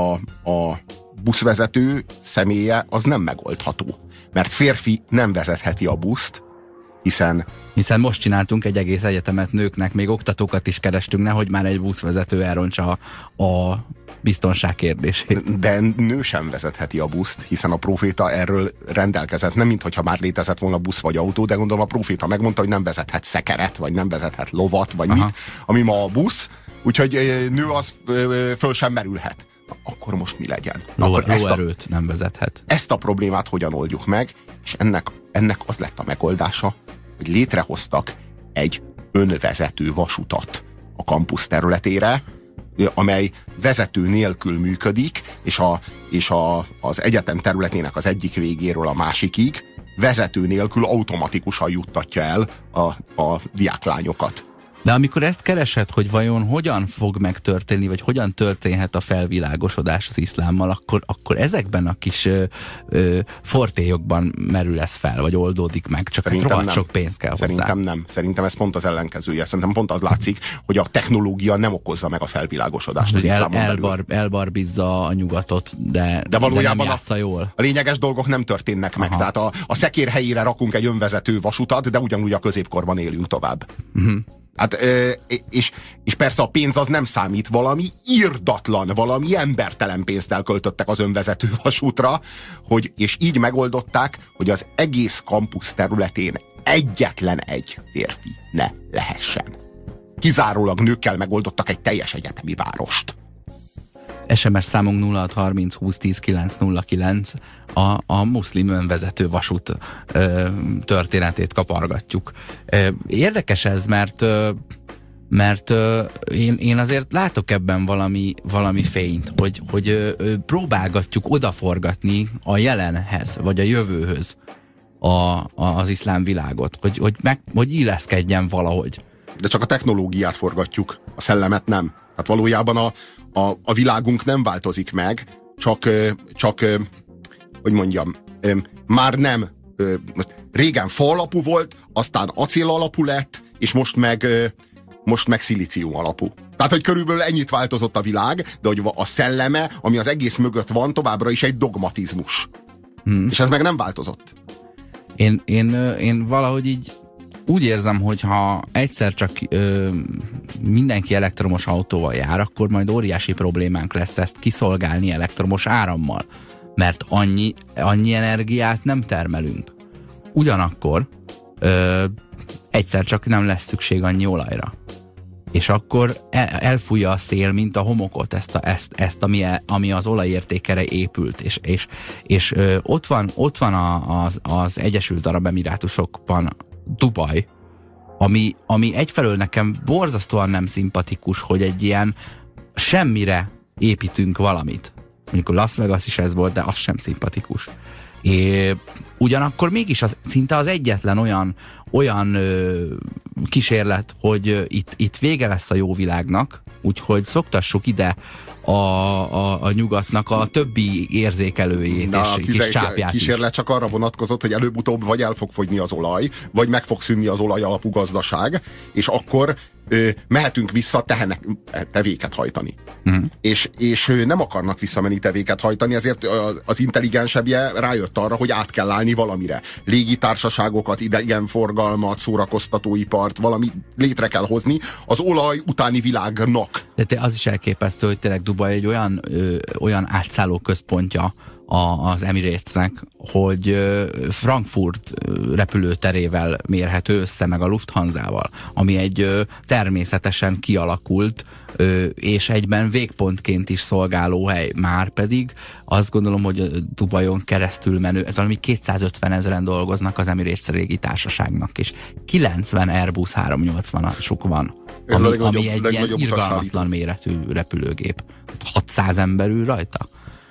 a buszvezető személye az nem megoldható. Mert férfi nem vezetheti a buszt, hiszen... Hiszen most csináltunk egy egész egyetemet nőknek, még oktatókat is kerestünk, nehogy már egy buszvezető elrontsa a, a biztonság kérdését. De nő sem vezetheti a buszt, hiszen a próféta erről rendelkezett. Nem minthogyha már létezett volna busz vagy autó, de gondolom a próféta megmondta, hogy nem vezethet szekeret, vagy nem vezethet lovat, vagy Aha. mit, ami ma a busz. Úgyhogy nő az föl sem merülhet. Akkor most mi legyen? Ló, Akkor ezt a, lóerőt nem vezethet. Ezt a problémát hogyan oldjuk meg, és ennek, ennek az lett a megoldása, hogy létrehoztak egy önvezető vasutat a kampusz területére, amely vezető nélkül működik, és, a, és a, az egyetem területének az egyik végéről a másikig vezető nélkül automatikusan juttatja el a, a diáklányokat. De amikor ezt keresed, hogy vajon hogyan fog megtörténni, vagy hogyan történhet a felvilágosodás az iszlámmal, akkor, akkor ezekben a kis ö, ö, fortélyokban merül ez fel, vagy oldódik meg, csak rohadt sok pénz kell hozzá. Szerintem nem. Szerintem ez pont az ellenkezője. Szerintem pont az látszik, hogy a technológia nem okozza meg a felvilágosodást az iszlámon el, elbar, belül. Elbarbizza a nyugatot, de, de valójában de nem játsza jól. A lényeges dolgok nem történnek meg. Aha. Tehát a, a szekér helyére rakunk egy önvezető vasutat, de ugyanúgy a középkorban élünk tovább. Uh-huh. Hát, és, és persze a pénz az nem számít, valami irdatlan, valami embertelen pénzt elköltöttek az önvezető vasútra, hogy, és így megoldották, hogy az egész kampusz területén egyetlen egy férfi ne lehessen. Kizárólag nőkkel megoldottak egy teljes egyetemi várost. es em es számunk nulla hat harminc húsz tíz kilenc nulla kilenc, a, a muszlim önvezető vasút ö, történetét kapargatjuk. Ö, érdekes ez, mert ö, mert ö, én, én azért látok ebben valami, valami fényt, hogy, hogy ö, ö, próbálgatjuk odaforgatni a jelenhez, vagy a jövőhöz a, a, az iszlám világot, hogy, hogy, meg, hogy illeszkedjen valahogy. De csak a technológiát forgatjuk, a szellemet nem. Hát valójában a, a, a világunk nem változik meg, csak, csak hogy mondjam, már nem, régen fa alapú volt, aztán acél alapú lett, és most meg, most meg szilícium alapú. Tehát, hogy körülbelül ennyit változott a világ, de hogy a szelleme, ami az egész mögött van, továbbra is egy dogmatizmus. Hmm. És ez meg nem változott. Én, én, én valahogy így úgy érzem, hogy ha egyszer csak ö, mindenki elektromos autóval jár, akkor majd óriási problémánk lesz ezt kiszolgálni elektromos árammal, mert annyi, annyi energiát nem termelünk. Ugyanakkor ö, egyszer csak nem lesz szükség annyi olajra. És akkor el, elfújja a szél, mint a homokot, ezt, a, ezt, ezt ami, ami az olajértékére épült. És, és, és ö, ott van, ott van a, az, az Egyesült Arab Emirátusokban Dubaj, ami, ami egyfelől nekem borzasztóan nem szimpatikus, hogy egy ilyen semmire építünk valamit. Mondjuk Las Vegas is ez volt, de az sem szimpatikus. É, ugyanakkor mégis az, szinte az egyetlen olyan, olyan ö, kísérlet, hogy ö, itt, itt vége lesz a jó világnak, úgyhogy szoktassuk ide a, a, a nyugatnak a többi érzékelőjét Na, és kis csápját kísérlet is. Csak arra vonatkozott, hogy előbb-utóbb vagy el fog fogyni az olaj, vagy meg fog szűnni az olaj alapú gazdaság, és akkor ö, mehetünk vissza tehenek, tevéket hajtani. Mm. És, és nem akarnak visszamenni tevéket hajtani, ezért az, az intelligensebbje rájött arra, hogy át kell állni valamire. Légitársaságokat, idegenforgalmat, szórakoztatóipart, valami létre kell hozni az olaj utáni világnak. De te az is elképesztő, hogy tényleg Dubaj egy olyan, ö, olyan átszálló központja a, az Emiratesnek, hogy ö, Frankfurt repülőterével mérhető össze, meg a Lufthansa-val, ami egy ö, természetesen kialakult ö, és egyben végpontként is szolgáló hely. Már pedig azt gondolom, hogy Dubajon keresztül menő, valami kétszázötven ezeren dolgoznak az Emirates légitársaságnak, és kilencven Airbus háromszáznyolcvanasuk van, Ez ami, ami egy ilyen irgalmatlan méretű repülőgép. hatszáz ember ül rajta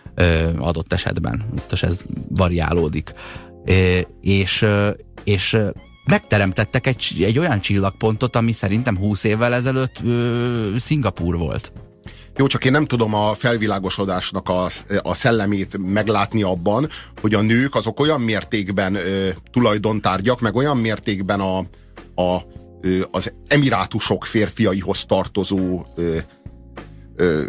ö, adott esetben. Biztos ez variálódik. É, és, és megteremtettek egy, egy olyan csillagpontot, ami szerintem húsz évvel ezelőtt ö, Szingapúr volt. Jó, csak én nem tudom a felvilágosodásnak a, a szellemét meglátni abban, hogy a nők azok olyan mértékben ö, tulajdontárgyak, meg olyan mértékben a, a, ö, az emirátusok férfiaihoz tartozó ö, ö,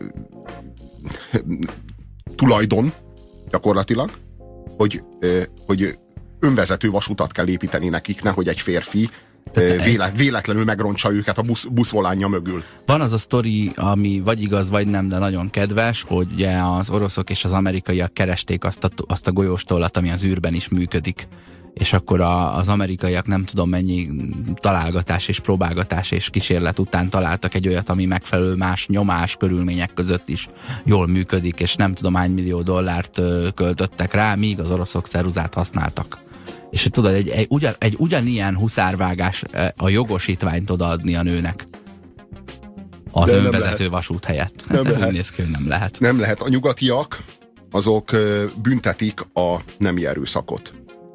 tulajdon gyakorlatilag, hogy, ö, hogy önvezető vasutat kell építeni nekik, nehogy egy férfi Vélet, véletlenül megrontsa őket a busz, buszvolánja mögül. Van az a sztori, ami vagy igaz, vagy nem, de nagyon kedves, hogy ugye az oroszok és az amerikaiak keresték azt a, azt a golyóstollat, ami az űrben is működik. És akkor a, az amerikaiak nem tudom mennyi találgatás és próbálgatás és kísérlet után találtak egy olyat, ami megfelelő más nyomás körülmények között is jól működik, és nem tudom hány millió dollárt ö, költöttek rá, míg az oroszok ceruzát használtak. És hogy tudod, egy, egy, ugyan, egy ugyanilyen huszárvágás a jogosítványt odaadni a nőnek az önvezető vasút helyett. Nem lehet. Úgy néz ki, hogy nem lehet. Nem lehet. A nyugatiak azok büntetik a nemi erőszakot.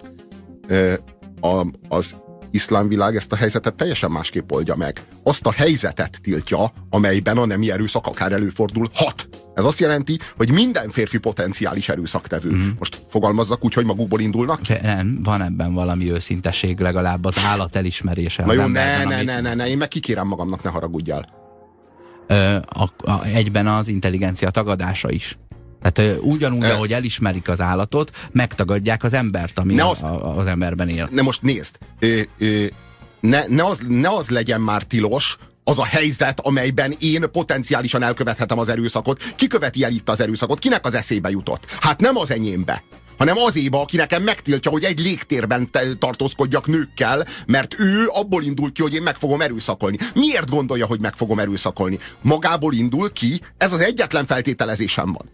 A, az iszlám világ ezt a helyzetet teljesen másképp oldja meg. Azt a helyzetet tiltja, amelyben a nemi erőszak akár előfordulhat. Ez azt jelenti, hogy minden férfi potenciális erőszaktevő. Mm. Most fogalmazzak úgy, hogy magukból indulnak ki? Nem, van ebben valami őszintesség, legalább az állat elismerése. Na jó, ne, ne, ne, ne, ne, én meg kikérem magamnak, ne haragudjál. Ö, a, a, egyben az intelligencia tagadása is. Tehát ugyanúgy, ahogy elismerik az állatot, megtagadják az embert, ami az, a, az emberben él. Ne most nézd, ö, ö, ne, ne, az, ne az legyen már tilos, az a helyzet, amelyben én potenciálisan elkövethetem az erőszakot. Ki követi el itt az erőszakot? Kinek az eszébe jutott? Hát nem az enyémbe. hanem azéba, aki nekem megtiltja, hogy egy légtérben tartózkodjak nőkkel, mert ő abból indul ki, hogy én meg fogom erőszakolni. Miért gondolja, hogy meg fogom erőszakolni? Magából indul ki, ez az egyetlen feltételezésem van.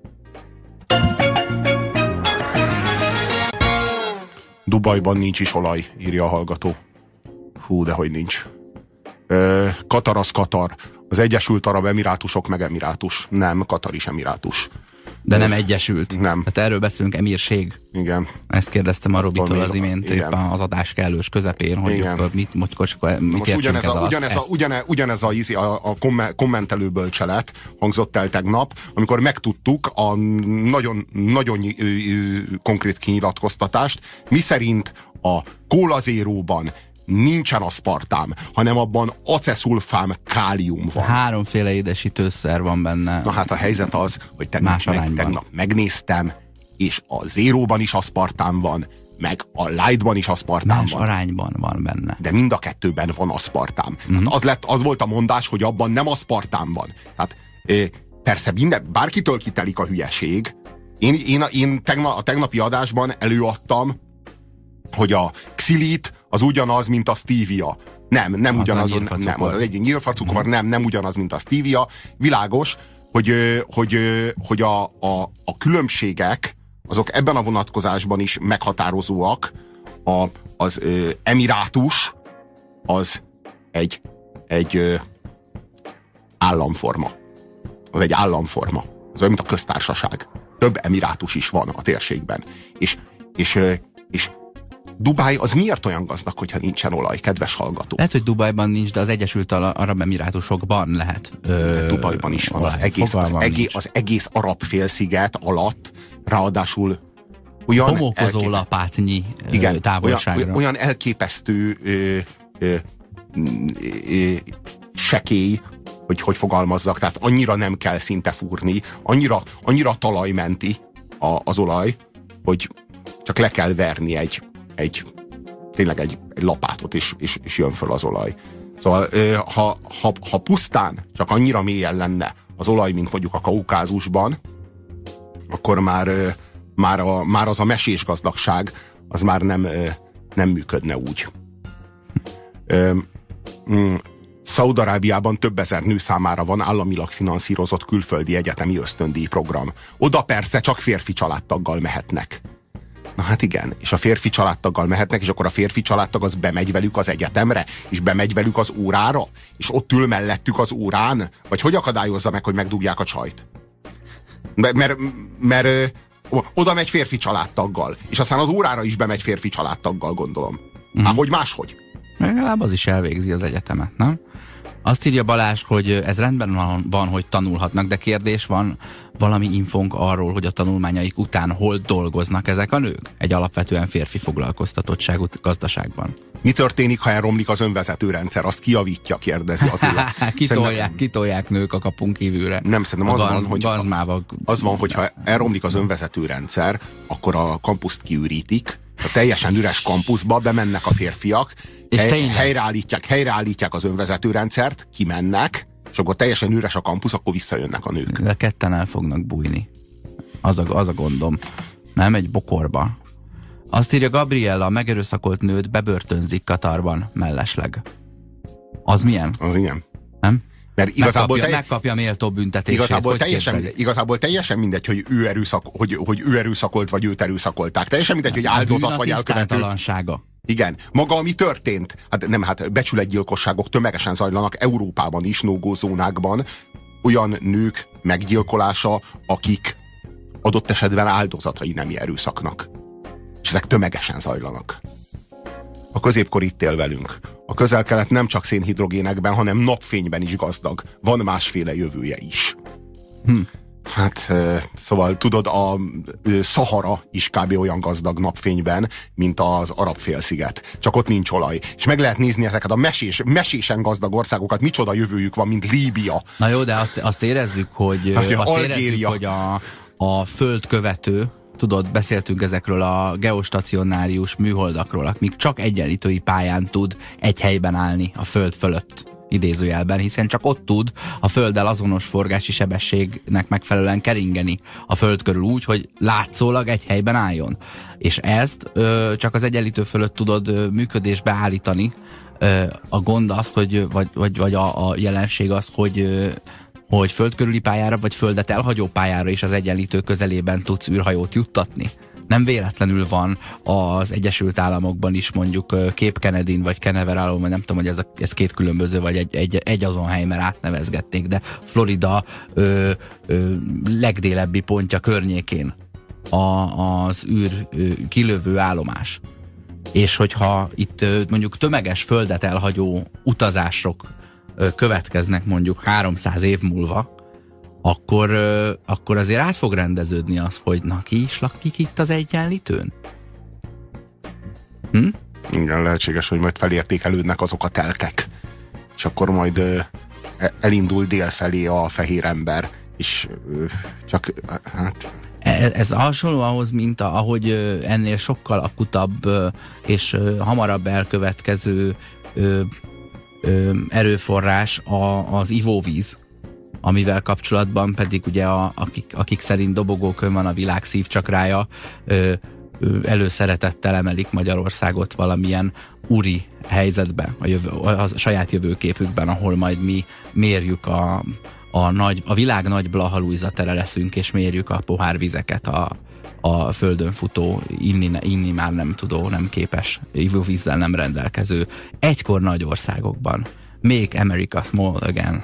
Dubajban nincs is olaj, írja a hallgató. Hú, de hogy nincs. Ö, Katar az Katar. Az Egyesült Arab Emirátusok meg emirátus. Nem, Katar is emirátus. De nem egyesült. Nem. Tehát erről beszélünk, emírség. Igen. Ezt kérdeztem a Robitól az imént, igen. éppen az adás kellős közepén, hogy akkor mit, mit, mit, mit ugyanez ez a, ugyanez, a, ugyanez, ugyanez a, a, a kommentelő bölcselet hangzott el tegnap, amikor megtudtuk a nagyon, nagyon konkrét kinyilatkoztatást, miszerint a Cola Zero-ban nincsen aszpartám, hanem abban aceszulfám kálium van. Háromféle édesítőszer van benne. Na hát a helyzet az, hogy tegnap, meg, tegnap megnéztem, és a Zéróban is aszpartám van, meg a Lightban is aszpartám Más van. arányban van benne. De mind a kettőben van aszpartám. Mm-hmm. Hát az, lett, az volt a mondás, hogy abban nem aszpartám van. Hát persze minden, bárkitől kitelik a hülyeség. Én, én, én tegnap, a tegnapi adásban előadtam, hogy a xilit az ugyanaz, mint a stevia. Nem, nem az ugyanaz, nem, az egy nyílfarcukor, hmm. nem, nem ugyanaz, mint a stevia. Világos, hogy, hogy, hogy a, a, a különbségek, azok ebben a vonatkozásban is meghatározóak. A, az ö, emirátus az egy, egy ö, államforma. Az egy államforma. Az olyan, mint a köztársaság. Több emirátus is van a térségben. És, és, és Dubáj az miért olyan gazdag, hogyha nincsen olaj, kedves hallgató? Lehet, hogy Dubajban nincs, de az Egyesült Arab Emirátusokban lehet. Ö, Dubajban is van. Az egész, az, egész, az egész arab félsziget alatt, ráadásul olyan homokozó elké... lapátnyi igen, távolságra. Olyan, olyan elképesztő ö, ö, ö, sekély, hogy hogy fogalmazzak, tehát annyira nem kell szinte fúrni, annyira, annyira talajmenti a, az olaj, hogy csak le kell verni egy egy, tényleg egy, egy lapátot, és, és, és jön föl az olaj. Szóval ha, ha, ha pusztán csak annyira mélyen lenne az olaj, mint mondjuk a Kaukázusban, akkor már, már, a, már az a mesés gazdagság, az már nem, nem működne úgy. Szaúd-Arábiában több ezer nő számára van államilag finanszírozott külföldi egyetemi ösztöndíj program. Oda persze csak férfi családtaggal mehetnek. Na hát igen, és a férfi családtaggal mehetnek, és akkor a férfi családtag az bemegy velük az egyetemre, és bemegy velük az órára, és ott ül mellettük az órán, vagy hogy akadályozza meg, hogy megdugják a csajt? Mert, mert, mert oda megy férfi családtaggal, és aztán az órára is bemegy férfi családtaggal, gondolom. Mm. Hát hogy máshogy? Legalább az is elvégzi az egyetemet, nem? Azt írja Balázs, hogy ez rendben van, van, hogy tanulhatnak, de kérdés van, valami infónk arról, hogy a tanulmányaik után hol dolgoznak ezek a nők? Egy alapvetően férfi foglalkoztatottságú gazdaságban. Mi történik, ha elromlik az önvezetőrendszer? Azt kijavítja, kérdezi Attila. kitolják, kitolják nők a kapun kívülre. Nem, szerintem az, gaz, van, hogy gazmával... az van, hogyha elromlik az önvezetőrendszer, akkor a kampuszt kiürítik, a teljesen üres kampuszba bemennek a férfiak, és hely, helyreállítják, helyreállítják az önvezetőrendszert, kimennek, és akkor teljesen üres a kampusz, akkor visszajönnek a nők. De ketten el fognak bújni. Az a, az a gondom. Nem egy bokorba. Azt írja Gabriella, a megerőszakolt nőt bebörtönzik Katarban mellesleg. Az milyen? Az igen. Nem? Mert igazából megkapja, telj... megkapja méltó büntetését. Igazából teljesen, igazából teljesen mindegy, hogy ő, erőszak, hogy, hogy ő erőszakolt, vagy őt erőszakolták. Teljesen mindegy, hogy áldozat vagy elkövető. Igen. Maga, ami történt, hát nem, hát becsületgyilkosságok tömegesen zajlanak Európában is, no-go zónákban. Olyan nők meggyilkolása, akik adott esetben áldozatai nemi erőszaknak. És ezek tömegesen zajlanak. A középkor itt él velünk. A Közel-Kelet nem csak szénhidrogénekben, hanem napfényben is gazdag. Van másféle jövője is. Hm. Hát, szóval tudod, a Szahara is kb. Olyan gazdag napfényben, mint az Arab-félsziget. Csak ott nincs olaj. És meg lehet nézni ezeket a mesés, mesésen gazdag országokat, micsoda jövőjük van, mint Líbia. Na jó, de azt, azt érezzük, hogy, hát, azt érezzük, hogy a, a földkövető, tudod, beszéltünk ezekről a geostacionárius műholdakról, amik csak egyenlítői pályán tud egy helyben állni a föld fölött. idézőjelben, hiszen csak ott tud a Földdel azonos forgási sebességnek megfelelően keringeni a Föld körül úgy, hogy látszólag egy helyben álljon. És ezt ö, csak az egyenlítő fölött tudod ö, működésbe állítani. Ö, a gond az, hogy, vagy, vagy, vagy a, a jelenség az, hogy ö, hogy föld körüli pályára, vagy földet elhagyó pályára is az egyenlítő közelében tudsz űrhajót juttatni. Nem véletlenül van az Egyesült Államokban is mondjuk Cape Kennedyn, vagy Canaveral, vagy nem tudom, hogy ez, a, ez két különböző, vagy egy, egy, egy azon hely, mert átnevezgették, de Florida ö, ö, legdélebbi pontja környékén a, az űr ö, kilövő állomás. És hogyha itt ö, mondjuk tömeges földet elhagyó utazások ö, következnek mondjuk háromszáz év múlva, Akkor, ö, akkor azért át fog rendeződni az, hogy na ki is lakik itt az egyenlítőn? Hm? Igen, lehetséges, hogy majd felértékelődnek azok a telkek. És akkor majd ö, elindul dél felé a fehér ember, és ö, csak hát... Ez, ez hasonló ahhoz, mint a, ahogy ö, ennél sokkal akutabb ö, és ö, hamarabb elkövetkező ö, ö, erőforrás a, az ivóvíz, amivel kapcsolatban pedig ugye a, akik, akik szerint dobogókön van a világ szívcsakrája, ö, ö, előszeretettel emelik Magyarországot valamilyen úri helyzetbe, a, jövő, a saját jövőképükben, ahol majd mi mérjük a, a, nagy, a világ nagy blahalújzatere leszünk, és mérjük a pohárvizeket a, a földön futó, inni, inni már nem tudó, nem képes, ivóvízzel nem rendelkező, egykor nagy országokban. Make America small again.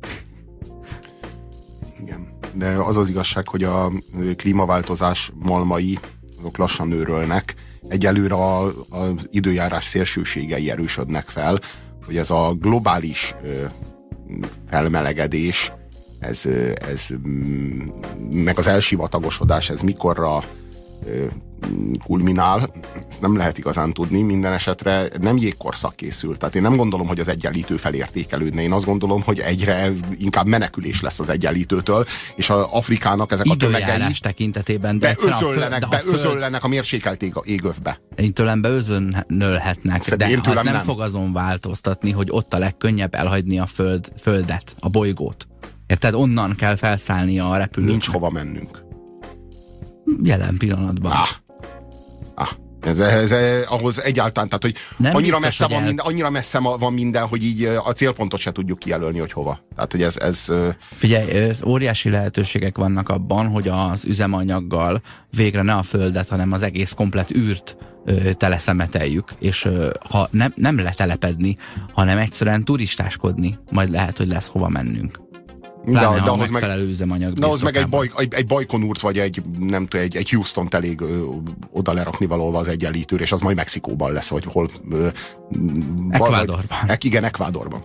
De az az igazság, hogy a klímaváltozás malmai azok lassan őrölnek. Egyelőre az időjárás szélsőségei erősödnek fel, hogy ez a globális ö, felmelegedés, ez, ez, meg az elsivatagosodás, ez mikorra ö, kulminál, ezt nem lehet igazán tudni, minden esetre nem jégkorszak készül. Tehát én nem gondolom, hogy az egyenlítő felértékelődne. Én azt gondolom, hogy egyre inkább menekülés lesz az egyenlítőtől, és az Afrikának ezek a tömegei tekintetében beözöllenek, beözöllenek a mérsékelt ég, égövbe. Én tőlem beözönölhetnek, Szerintem de az nem, nem fog azon változtatni, hogy ott a legkönnyebb elhagyni a föld, földet, a bolygót. Érted? Onnan kell felszállnia a repülőt. Nincs hova mennünk. Jelen pillanatban. Ah. Ah, ez, ez, ez, ahhoz egyáltalán, tehát, hogy nem annyira, biztos, messze hogy van el... minden, annyira messze van minden, hogy így a célpontot se tudjuk kijelölni, hogy hova. Tehát, hogy ez... ez Figyelj, ez óriási lehetőségek vannak abban, hogy az üzemanyaggal végre ne a földet, hanem az egész komplet űrt ö, teleszemeteljük, és ö, ha nem, nem letelepedni, hanem egyszerűen turistáskodni, majd lehet, hogy lesz hova mennünk. Pláne, de, de ahhoz meg, de ahhoz meg egy, baj, egy, egy Bajkonurt vagy egy, nem tudom, egy, egy Houston elég ö, oda lerakni valahol az egyenlítőre, és az majd Mexikóban lesz, vagy hol... Ö, Ekvádorban. Vagy, igen, Ekvádorban.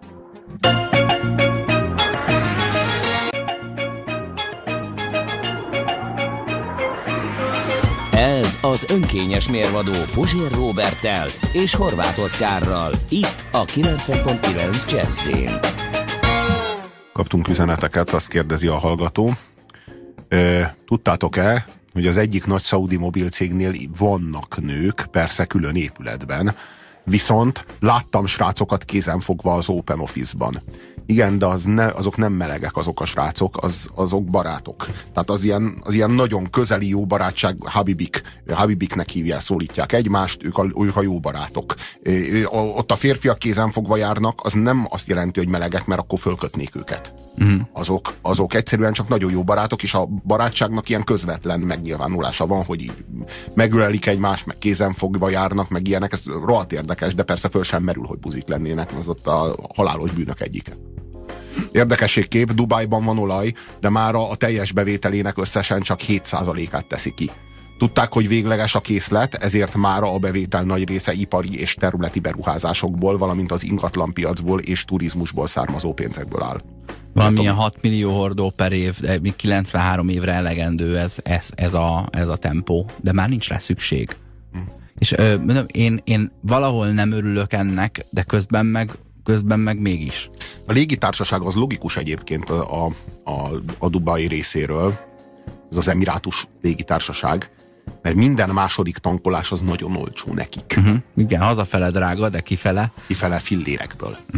Ez az önkényes mérvadó Puzsér Róberttel és Horváth Oszkárral, itt a kilencven pont kilenc Jazzyn. Kaptunk üzeneteket, azt kérdezi a hallgató. Tudtátok-e, hogy az egyik nagy szaudi mobilcégnél vannak nők, persze külön épületben, viszont láttam srácokat kézenfogva az Open Office-ban. Igen, de az ne, azok nem melegek, azok a srácok, az, azok barátok. Tehát az ilyen, az ilyen nagyon közeli jó barátság, habibik, habibiknek hívják, szólítják egymást, ők a, ők a jó barátok. Ott a férfiak kézenfogva járnak, az nem azt jelenti, hogy melegek, mert akkor fölkötnék őket. Mm. Azok, azok egyszerűen csak nagyon jó barátok, és a barátságnak ilyen közvetlen megnyilvánulása van, hogy így megölelik egymást, meg kézenfogva járnak, meg ilyenek, ez rohadt érdekes, de persze föl sem merül, hogy buzik lennének, az ott a halálos bűnök egyike. Érdekességkép, Dubájban van olaj, de mára a teljes bevételének összesen csak hét százalékát teszi ki. Tudták, hogy végleges a készlet, ezért mára a bevétel nagy része ipari és területi beruházásokból, valamint az ingatlanpiacból és turizmusból származó pénzekből áll. Valamilyen hat millió hordó per év, de még kilencvenhárom évre elegendő ez, ez, ez, a, ez a tempó, de már nincs rá szükség. Hm. És ö, mondom, én, én valahol nem örülök ennek, de közben meg közben meg mégis. A légitársaság az logikus egyébként a, a, a Dubai részéről, ez az Emirátus légitársaság, mert minden második tankolás az nagyon olcsó nekik. Uh-huh. Igen, hazafele drága, de kifele? Kifele fillérekből. Uh-huh.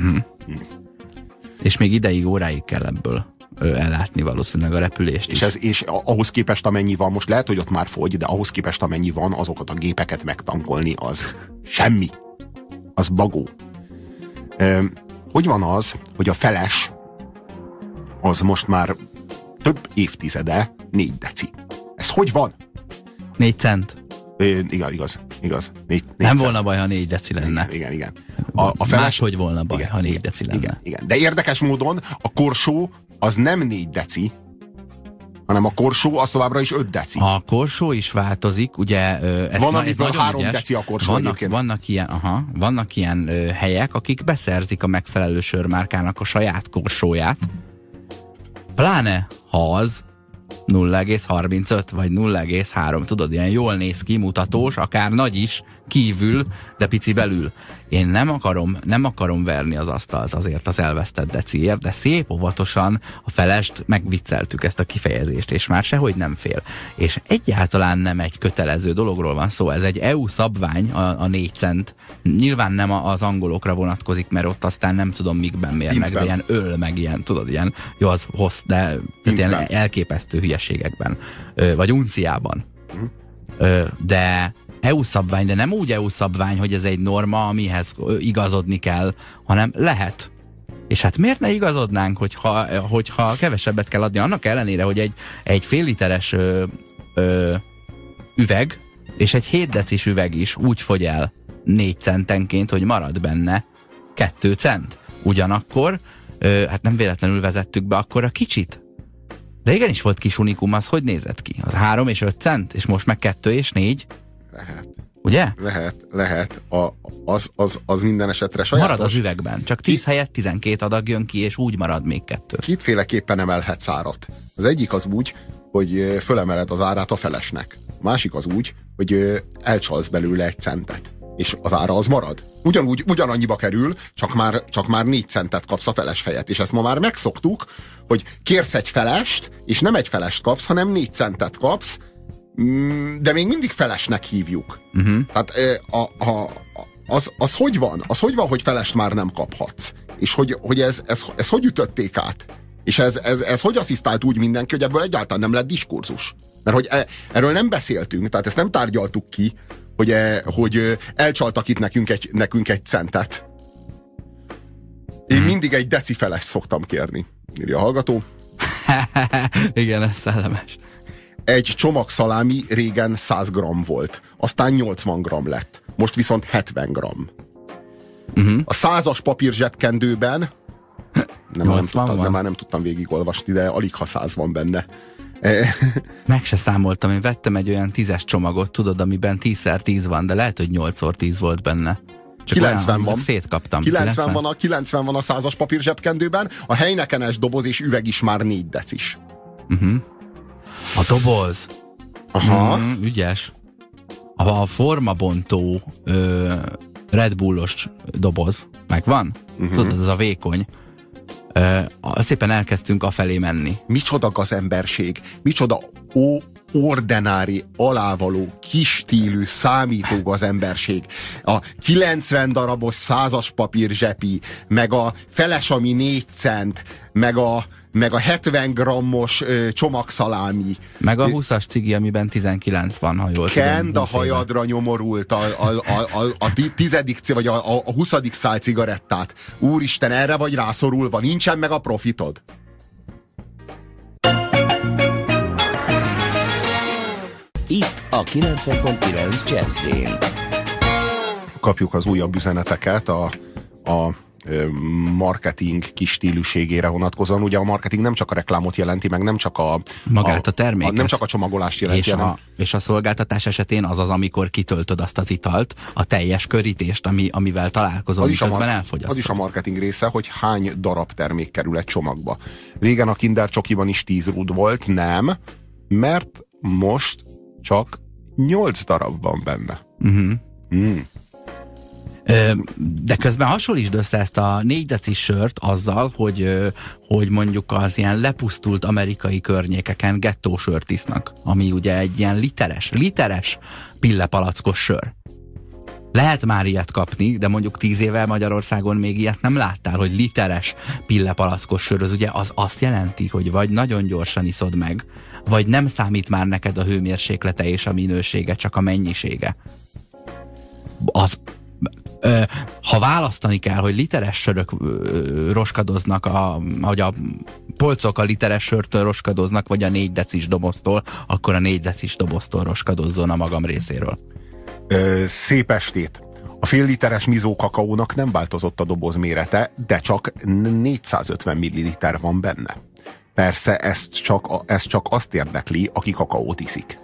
És még ideig, óráig kell ebből ö, ellátni valószínűleg a repülést. És, ez, és ahhoz képest amennyi van, most lehet, hogy ott már fogy, de ahhoz képest amennyi van, azokat a gépeket megtankolni, az semmi. Az bagó. Ö, hogy van az, hogy a feles az most már több évtizede négy deci. Ez hogy van? Négy cent. Ö, igaz, igaz, igaz. Négy, négy Nem cent. volna baj, ha négy deci lenne. Igen, igen. igen. A, a feles, Máshogy volna baj, igen, ha négy deci lenne. Igen, igen. De érdekes módon a korsó az nem négy deci, hanem a korsó az továbbra is öt deci. A korsó is változik, ugye ez, van, na, ez amiből nagyon három ügyes. deci a korsó vannak, egyébként. vannak ilyen, aha, vannak ilyen ö, helyek, akik beszerzik a megfelelő sörmárkának a saját korsóját, pláne ha az nulla egész harmincöt vagy nulla egész három, tudod, ilyen jól néz ki, mutatós, akár nagy is, kívül, de pici belül. Én nem akarom, nem akarom verni az asztalt azért az elvesztett deciért, de szép óvatosan a felest megvicceltük ezt a kifejezést, és már sehogy nem fél. És egyáltalán nem egy kötelező dologról van szó, ez egy é u szabvány, a, a négy cent. Nyilván nem az angolokra vonatkozik, mert ott aztán nem tudom mikben mérnek, de ilyen öl, meg ilyen, tudod, ilyen, jó, az hossz, de ilyen elképesztő hülyeségekben, ö, vagy unciában. Uh-huh. Ö, de é u szabvány, de nem úgy é u szabvány, hogy ez egy norma, amihez igazodni kell, hanem lehet. És hát miért ne igazodnánk, hogyha, hogyha kevesebbet kell adni, annak ellenére, hogy egy, egy fél literes ö, ö, üveg, és egy hét decis üveg is úgy fogy el négy centenként, hogy marad benne kettő cent. Ugyanakkor, ö, hát nem véletlenül vezettük be akkor a kicsit. Régen is volt kis unikum, az hogy nézett ki? Az három és öt cent, és most meg kettő és négy? Lehet. Ugye? Lehet, lehet. A, az, az, az minden esetre sajátos. Marad az üvegben. Csak tíz helyett tizenkét adag jön ki, és úgy marad még kettő. Kétféleképpen emelhetsz árat. Az egyik az úgy, hogy fölemeled az árát a felesnek. A másik az úgy, hogy elcsalsz belőle egy centet. És az ára az marad. Ugyanúgy, ugyanannyiba kerül, csak már, csak már négy centet kapsz a feles helyett. És ezt ma már megszoktuk, hogy kérsz egy felest, és nem egy felest kapsz, hanem négy centet kapsz, de még mindig felesnek hívjuk. Uh-huh. Tehát a, a, az, az hogy van? Az hogy van, hogy felest már nem kaphatsz? És hogy, hogy ez, ez, ez hogy ütötték át? És ez, ez, ez hogy asszisztált úgy mindenki, hogy ebből egyáltalán nem lett diskurzus? Mert hogy e, erről nem beszéltünk, tehát ezt nem tárgyaltuk ki, hogy, e, hogy elcsaltak itt nekünk egy, nekünk egy centet. Én uh-huh. mindig egy deci feles szoktam kérni, írja a hallgató. Igen, ez szellemes. Egy csomag szalámi régen száz gramm volt, aztán nyolcvan gramm lett, most viszont hetven gramm. Uh-huh. A százas papír zsebkendőben nem, nem tudtam, nem, már nem tudtam végigolvasni, de alig ha száz van benne. Meg se számoltam, én vettem egy olyan tízes csomagot, tudod, amiben tízszer tíz van, de lehet, hogy nyolcszor tíz volt benne. Csak kilencven olyan, van. Szétkaptam. kilencven van a, kilencven van a százas papír zsebkendőben, a helynekenes doboz és üveg is már négy decis. Uh-huh. A doboz. Aha. Mm, ügyes. A, a formabontó ö, Red Bullos doboz megvan? Uh-huh. Tudod, ez a vékony. Ö, szépen elkezdtünk afelé menni. Micsoda gazemberség, micsoda ó, ordinári, alávaló, kis stílű, számító gazemberség. A kilencven darabos százas papír zsepi, meg a feles, ami négy cent, meg a meg a hetven grammos ö, csomagszalámi. Meg a húszas cigi, amiben tizenkilenc van, ha jól tudom. Kend a hajadra nyomorult a, a, a, a, a tizedik, vagy a, a huszadik szál cigarettát. Úristen, erre vagy rászorulva, nincsen meg a profitod. Itt a kilencven pont kilenc Jazzin. Kapjuk az újabb üzeneteket a, a marketing kis stílűségére vonatkozóan. Ugye a marketing nem csak a reklámot jelenti, meg nem csak a magát a, a terméket. A, nem csak a csomagolást jelenti. És a, és a szolgáltatás esetén az az, amikor kitöltöd azt az italt, a teljes körítést, ami, amivel találkozol, miközben elfogyasztod. Az is a marketing része, hogy hány darab termék kerül egy csomagba. Régen a Kinder csokiban is tíz rúd volt, nem, mert most csak nyolc darab van benne. Uh-huh. Mm. De közben hasonlítsd össze ezt a négy decis sört azzal, hogy, hogy mondjuk az ilyen lepusztult amerikai környékeken gettósört isznak, ami ugye egy ilyen literes, literes pillepalackos sör. Lehet már ilyet kapni, de mondjuk tíz éve Magyarországon még ilyet nem láttál, hogy literes pillepalackos sör, az ugye az azt jelenti, hogy vagy nagyon gyorsan iszod meg, vagy nem számít már neked a hőmérséklete és a minősége, csak a mennyisége. Az, ö, ha választani kell, hogy literes sörök ö, roskadoznak, a, hogy a polcok a literes sörtől roskadoznak, vagy a négy decis doboztól, akkor a négy decis doboztól roskadozzon a magam részéről. Ö, szép estét! A fél literes mizó kakaónak nem változott a doboz mérete, de csak négyszázötven milliliter van benne. Persze ez csak, ez csak azt érdekli, aki kakaót iszik.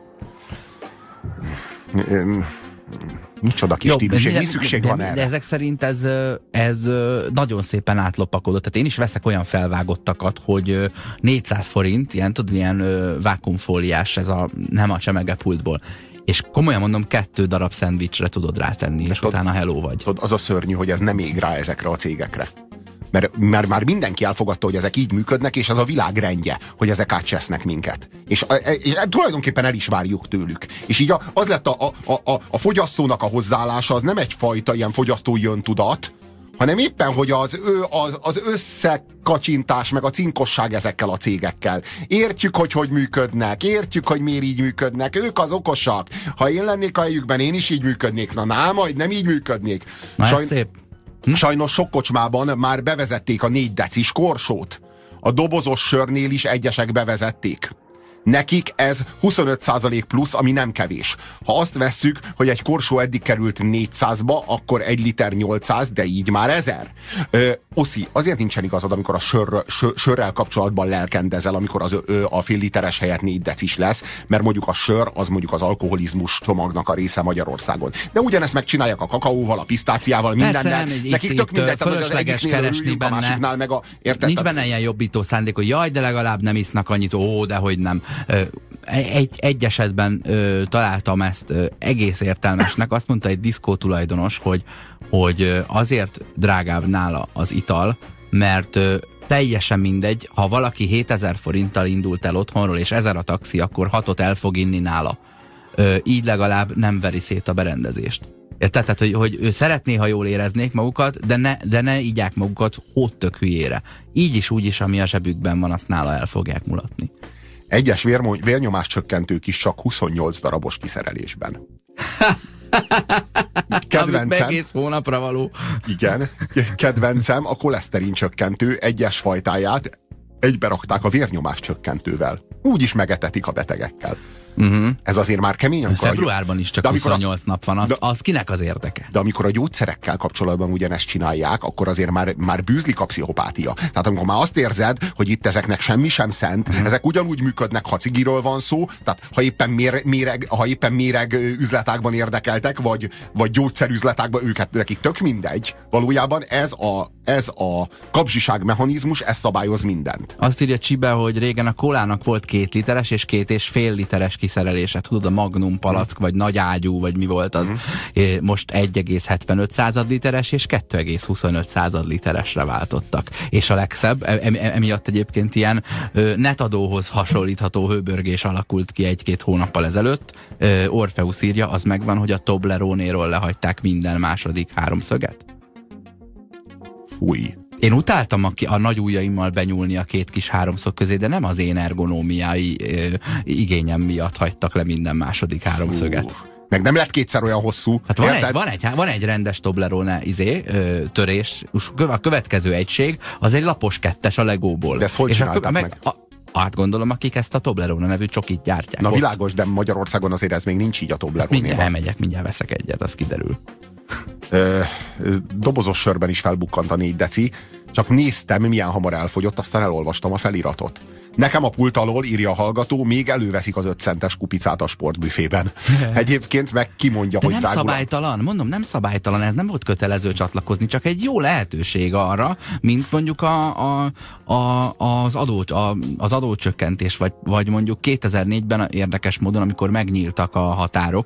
Micsoda kis stíluség, mi szükség de, van de, erre? De ezek szerint ez, ez nagyon szépen átlopakodott. Tehát én is veszek olyan felvágottakat, hogy négyszáz forint, ilyen, tudod, ilyen vákumfóliás, ez a, nem a csemegepultból. És komolyan mondom, kettő darab szendvicsre tudod rátenni, és tudod, utána hello vagy. Tudod, az a szörnyű, hogy ez nem ég rá ezekre a cégekre. Mert, mert már mindenki elfogadta, hogy ezek így működnek, és ez a világ rendje, hogy ezek átcsesznek minket. És, és tulajdonképpen el is várjuk tőlük. És így az lett a, a, a, a fogyasztónak a hozzáállása, az nem egyfajta ilyen fogyasztói öntudat, hanem éppen, hogy az, ő, az, az összekacsintás, meg a cinkosság ezekkel a cégekkel. Értjük, hogy hogy működnek, értjük, hogy miért így működnek, ők az okosak. Ha én lennék a helyükben, én is így működnék. Na, ná, majd nem így működnék. Na, Sajn... ez szép. Hm? Sajnos sok kocsmában már bevezették a négy decis korsót. A dobozos sörnél is egyesek bevezették. Nekik ez huszonöt százalék plusz, ami nem kevés. Ha azt vesszük, hogy egy korsó eddig került négyszázba, akkor egy liter nyolcszáz, de így már ezer. Ö, Oszi, azért nincsen igazad, amikor a sör, sör, sörrel kapcsolatban lelkendezel, amikor az, ö, a fél literes helyett négy decis lesz, mert mondjuk a sör, az mondjuk az alkoholizmus csomagnak a része Magyarországon. De ugyanezt megcsinálják a kakaóval, a pisztáciával, mindennel. Nekik tök mindegy, hogy az egyiknél örüljünk, a másiknál meg a... Érted? Nincs benne ilyen jobbító szándék, hogy jaj, de legalább nem isznak annyit, ó, de hogy nem. Egy, egy esetben ö, találtam ezt ö, egész értelmesnek. Azt mondta egy diszkó tulajdonos, hogy, hogy ö, azért drágább nála az ital, mert ö, teljesen mindegy, ha valaki hétezer forinttal indult el otthonról, és ezer a taxi, akkor hatot el fog inni nála. Ö, így legalább nem veri szét a berendezést. Érted? Tehát, hogy, hogy ő szeretné, ha jól éreznék magukat, de ne, de ne igyák magukat hóttök hülyére. Így is, úgy is, ami a zsebükben van, azt nála el fogják mulatni. Egyes vérnyomás csökkentők is csak huszonnyolc darabos kiszerelésben. Kedvencem, egész hónapra való. Igen, kedvencem a koleszterin csökkentő egyes fajtáját egybe rakták a vérnyomás csökkentővel. Úgy is megetetik a betegekkel. Uh-huh. Ez azért már kemény. Amikor februárban is csak huszonnyolc a, nap van, az, de, az kinek az érdeke? De amikor a gyógyszerekkel kapcsolatban ugyanezt csinálják, akkor azért már, már bűzlik a pszichopátia. Tehát amikor már azt érzed, hogy itt ezeknek semmi sem szent, uh-huh. ezek ugyanúgy működnek, ha cigiről van szó, tehát ha éppen, mér, méreg, ha éppen méreg üzletákban érdekeltek, vagy, vagy gyógyszerüzletákban, őket nekik tök mindegy. Valójában ez a, ez a kapzsiság mechanizmus, ez szabályoz mindent. Azt írja Csibe, hogy régen a kólának volt két literes és két és fél literes kiszerelése. Tudod, a Magnum palack, vagy nagy ágyú, vagy mi volt az. Mm. Most egy egész hetvenöt század literes és kettő egész huszonöt század literesre váltottak. És a legszebb, emiatt egyébként ilyen netadóhoz hasonlítható hőbörgés alakult ki egy-két hónappal ezelőtt. Orpheus írja, az megvan, hogy a Toblerone-ról lehagyták minden második háromszöget. Fúj. Én utáltam a, a nagy ujjaimmal benyúlni a két kis háromszög közé, de nem az én ergonómiai ö, igényem miatt hagytak le minden második háromszöget. Uh, meg nem lett kétszer olyan hosszú. Hát van, egy, van, egy, van egy rendes Toblerone izé, ö, törés, a következő egység, az egy lapos kettes a Legóból. De ezt hol csinálták meg? meg? A, hát gondolom, akik ezt a Toblerone nevű csokit gyártják. Na ott. Világos, de Magyarországon azért ez még nincs így a Toblerone-ban. Mindjárt elmegyek, mindjárt veszek egyet, az kiderül. Ö, dobozos sörben is felbukkant a négy deci, csak néztem, milyen hamar elfogyott, aztán elolvastam a feliratot. Nekem a pult alól, írja a hallgató, még előveszik az öt centes kupicát a sportbüfében. Egyébként meg kimondja, de hogy nem drágul. szabálytalan, mondom, nem szabálytalan, ez nem volt kötelező csatlakozni, csak egy jó lehetőség arra, mint mondjuk a, a, a, az, adó, a, az adócsökkentés, vagy, vagy mondjuk kétezer-négyben érdekes módon, amikor megnyíltak a határok,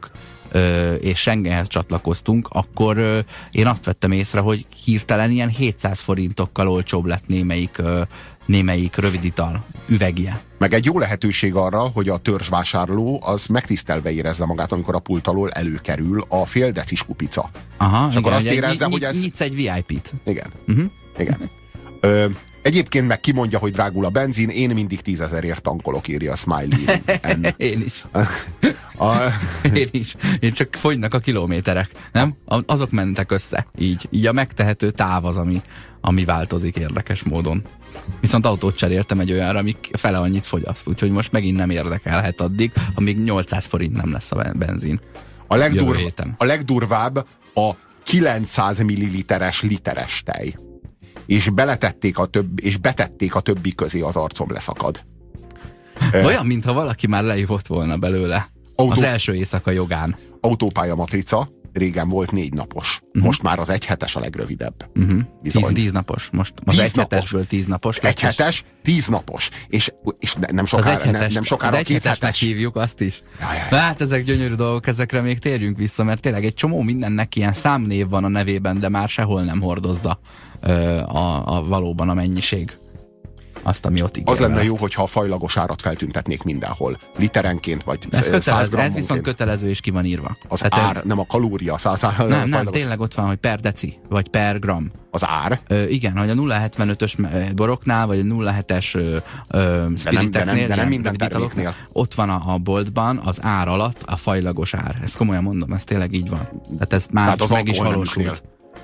ö, és Schengenhez csatlakoztunk, akkor ö, én azt vettem észre, hogy hirtelen ilyen hétszáz forintokkal olcsóbb lett némelyik, ö, némelyik rövidital üvegje. Meg egy jó lehetőség arra, hogy a törzsvásárló az megtisztelve érezze magát, amikor a pult alól előkerül a fél decis kupica. Aha, és igen, akkor azt ugye, érezze, ny- hogy ez... nyitsz egy vé i pét. Igen. Uh-huh. Igen. Ö, egyébként meg kimondja, hogy drágul a benzin, én mindig tízezerért tankolok, írja a Smiley. Én is. A... Én is. Én csak fogynak a kilométerek, nem? Azok mentek össze. Így, így a megtehető táv az, ami, ami változik érdekes módon. Viszont autót cseréltem egy olyanra, ami fele annyit fogyaszt, úgyhogy most megint nem érdekelhet addig, amíg nyolcszáz forint nem lesz a benzin. A, legdurv, a legdurvább a kilencszáz milliliteres literes tej. És beletették a több, és betették a többi közé, az arcom leszakad. Olyan, mintha valaki már leívott volna belőle. Autó, az első éjszaka jogán. Autópálya matrica, régen volt négy napos. Uh-huh. Most már az egyhetes a legrövidebb. Uh-huh. Tíz, tíz napos. Most az tíz egyhetesből tíz napos. Egyhetes, tíz napos. És, és nem sokára, nem, nem sokára az egyhetesnek hívjuk azt is. Jaj, jaj. Hát ezek gyönyörű dolgok, ezekre még térjünk vissza, mert tényleg egy csomó mindennek ilyen számnév van a nevében, de már sehol nem hordozza ö, a, a valóban a mennyiség. Azt, ami ott ígérve. Az lenne jó, hogyha a fajlagos árat feltüntetnék mindenhol. Literenként, vagy ez száz grammonként. Ez viszont kötelező és ki van írva. Az Tehát ár, nem a kalória. Száz, száz, nem, nem, fajlagos. Tényleg ott van, hogy per deci, vagy per gram. Az ár? Ö, igen, hogy a nulla hetvenötös boroknál, vagy a nulla hetes ö, ö, spiriteknél, de nem, de nem, de nem minden terméknél. Ott van a, a boltban az ár alatt a fajlagos ár. Ezt komolyan mondom, ez tényleg így van. Tehát ez már Tehát meg is valósult.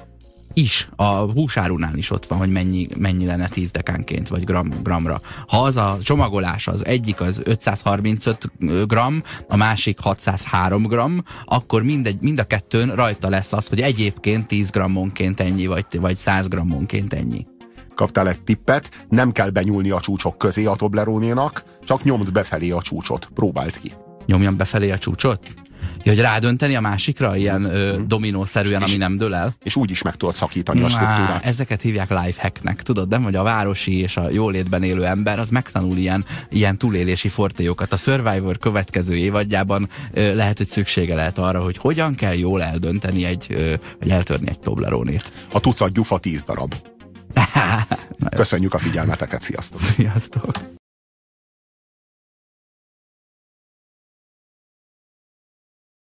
Is, a húsárunál is ott van, hogy mennyi, mennyi lenne tíz dekánként, vagy gram, gramra. Ha az a csomagolás, az egyik az ötszázharmincöt gram, a másik hatszázhárom gram, akkor mindegy, mind a kettőn rajta lesz az, hogy egyébként tíz grammonként ennyi, vagy, vagy száz grammonként ennyi. Kaptál egy tippet, nem kell benyúlni a csúcsok közé a Toblerone-nak, csak nyomd befelé a csúcsot. Próbáld ki. Nyomjam befelé a csúcsot? Ja, hogy rádönteni a másikra, ilyen ö, dominószerűen, ami nem dől el. És úgy is meg tudod szakítani a struktúrát. Ezeket hívják lifehacknek, tudod, nem? Hogy a városi és a jólétben élő ember, az megtanul ilyen, ilyen túlélési fortéjokat. A Survivor következő évadjában ö, lehet, hogy szüksége lehet arra, hogy hogyan kell jól eldönteni egy, ö, vagy eltörni egy Toblerone-t. A tucat gyufa tíz darab. Köszönjük a figyelmeteket, sziasztok! Sziasztok!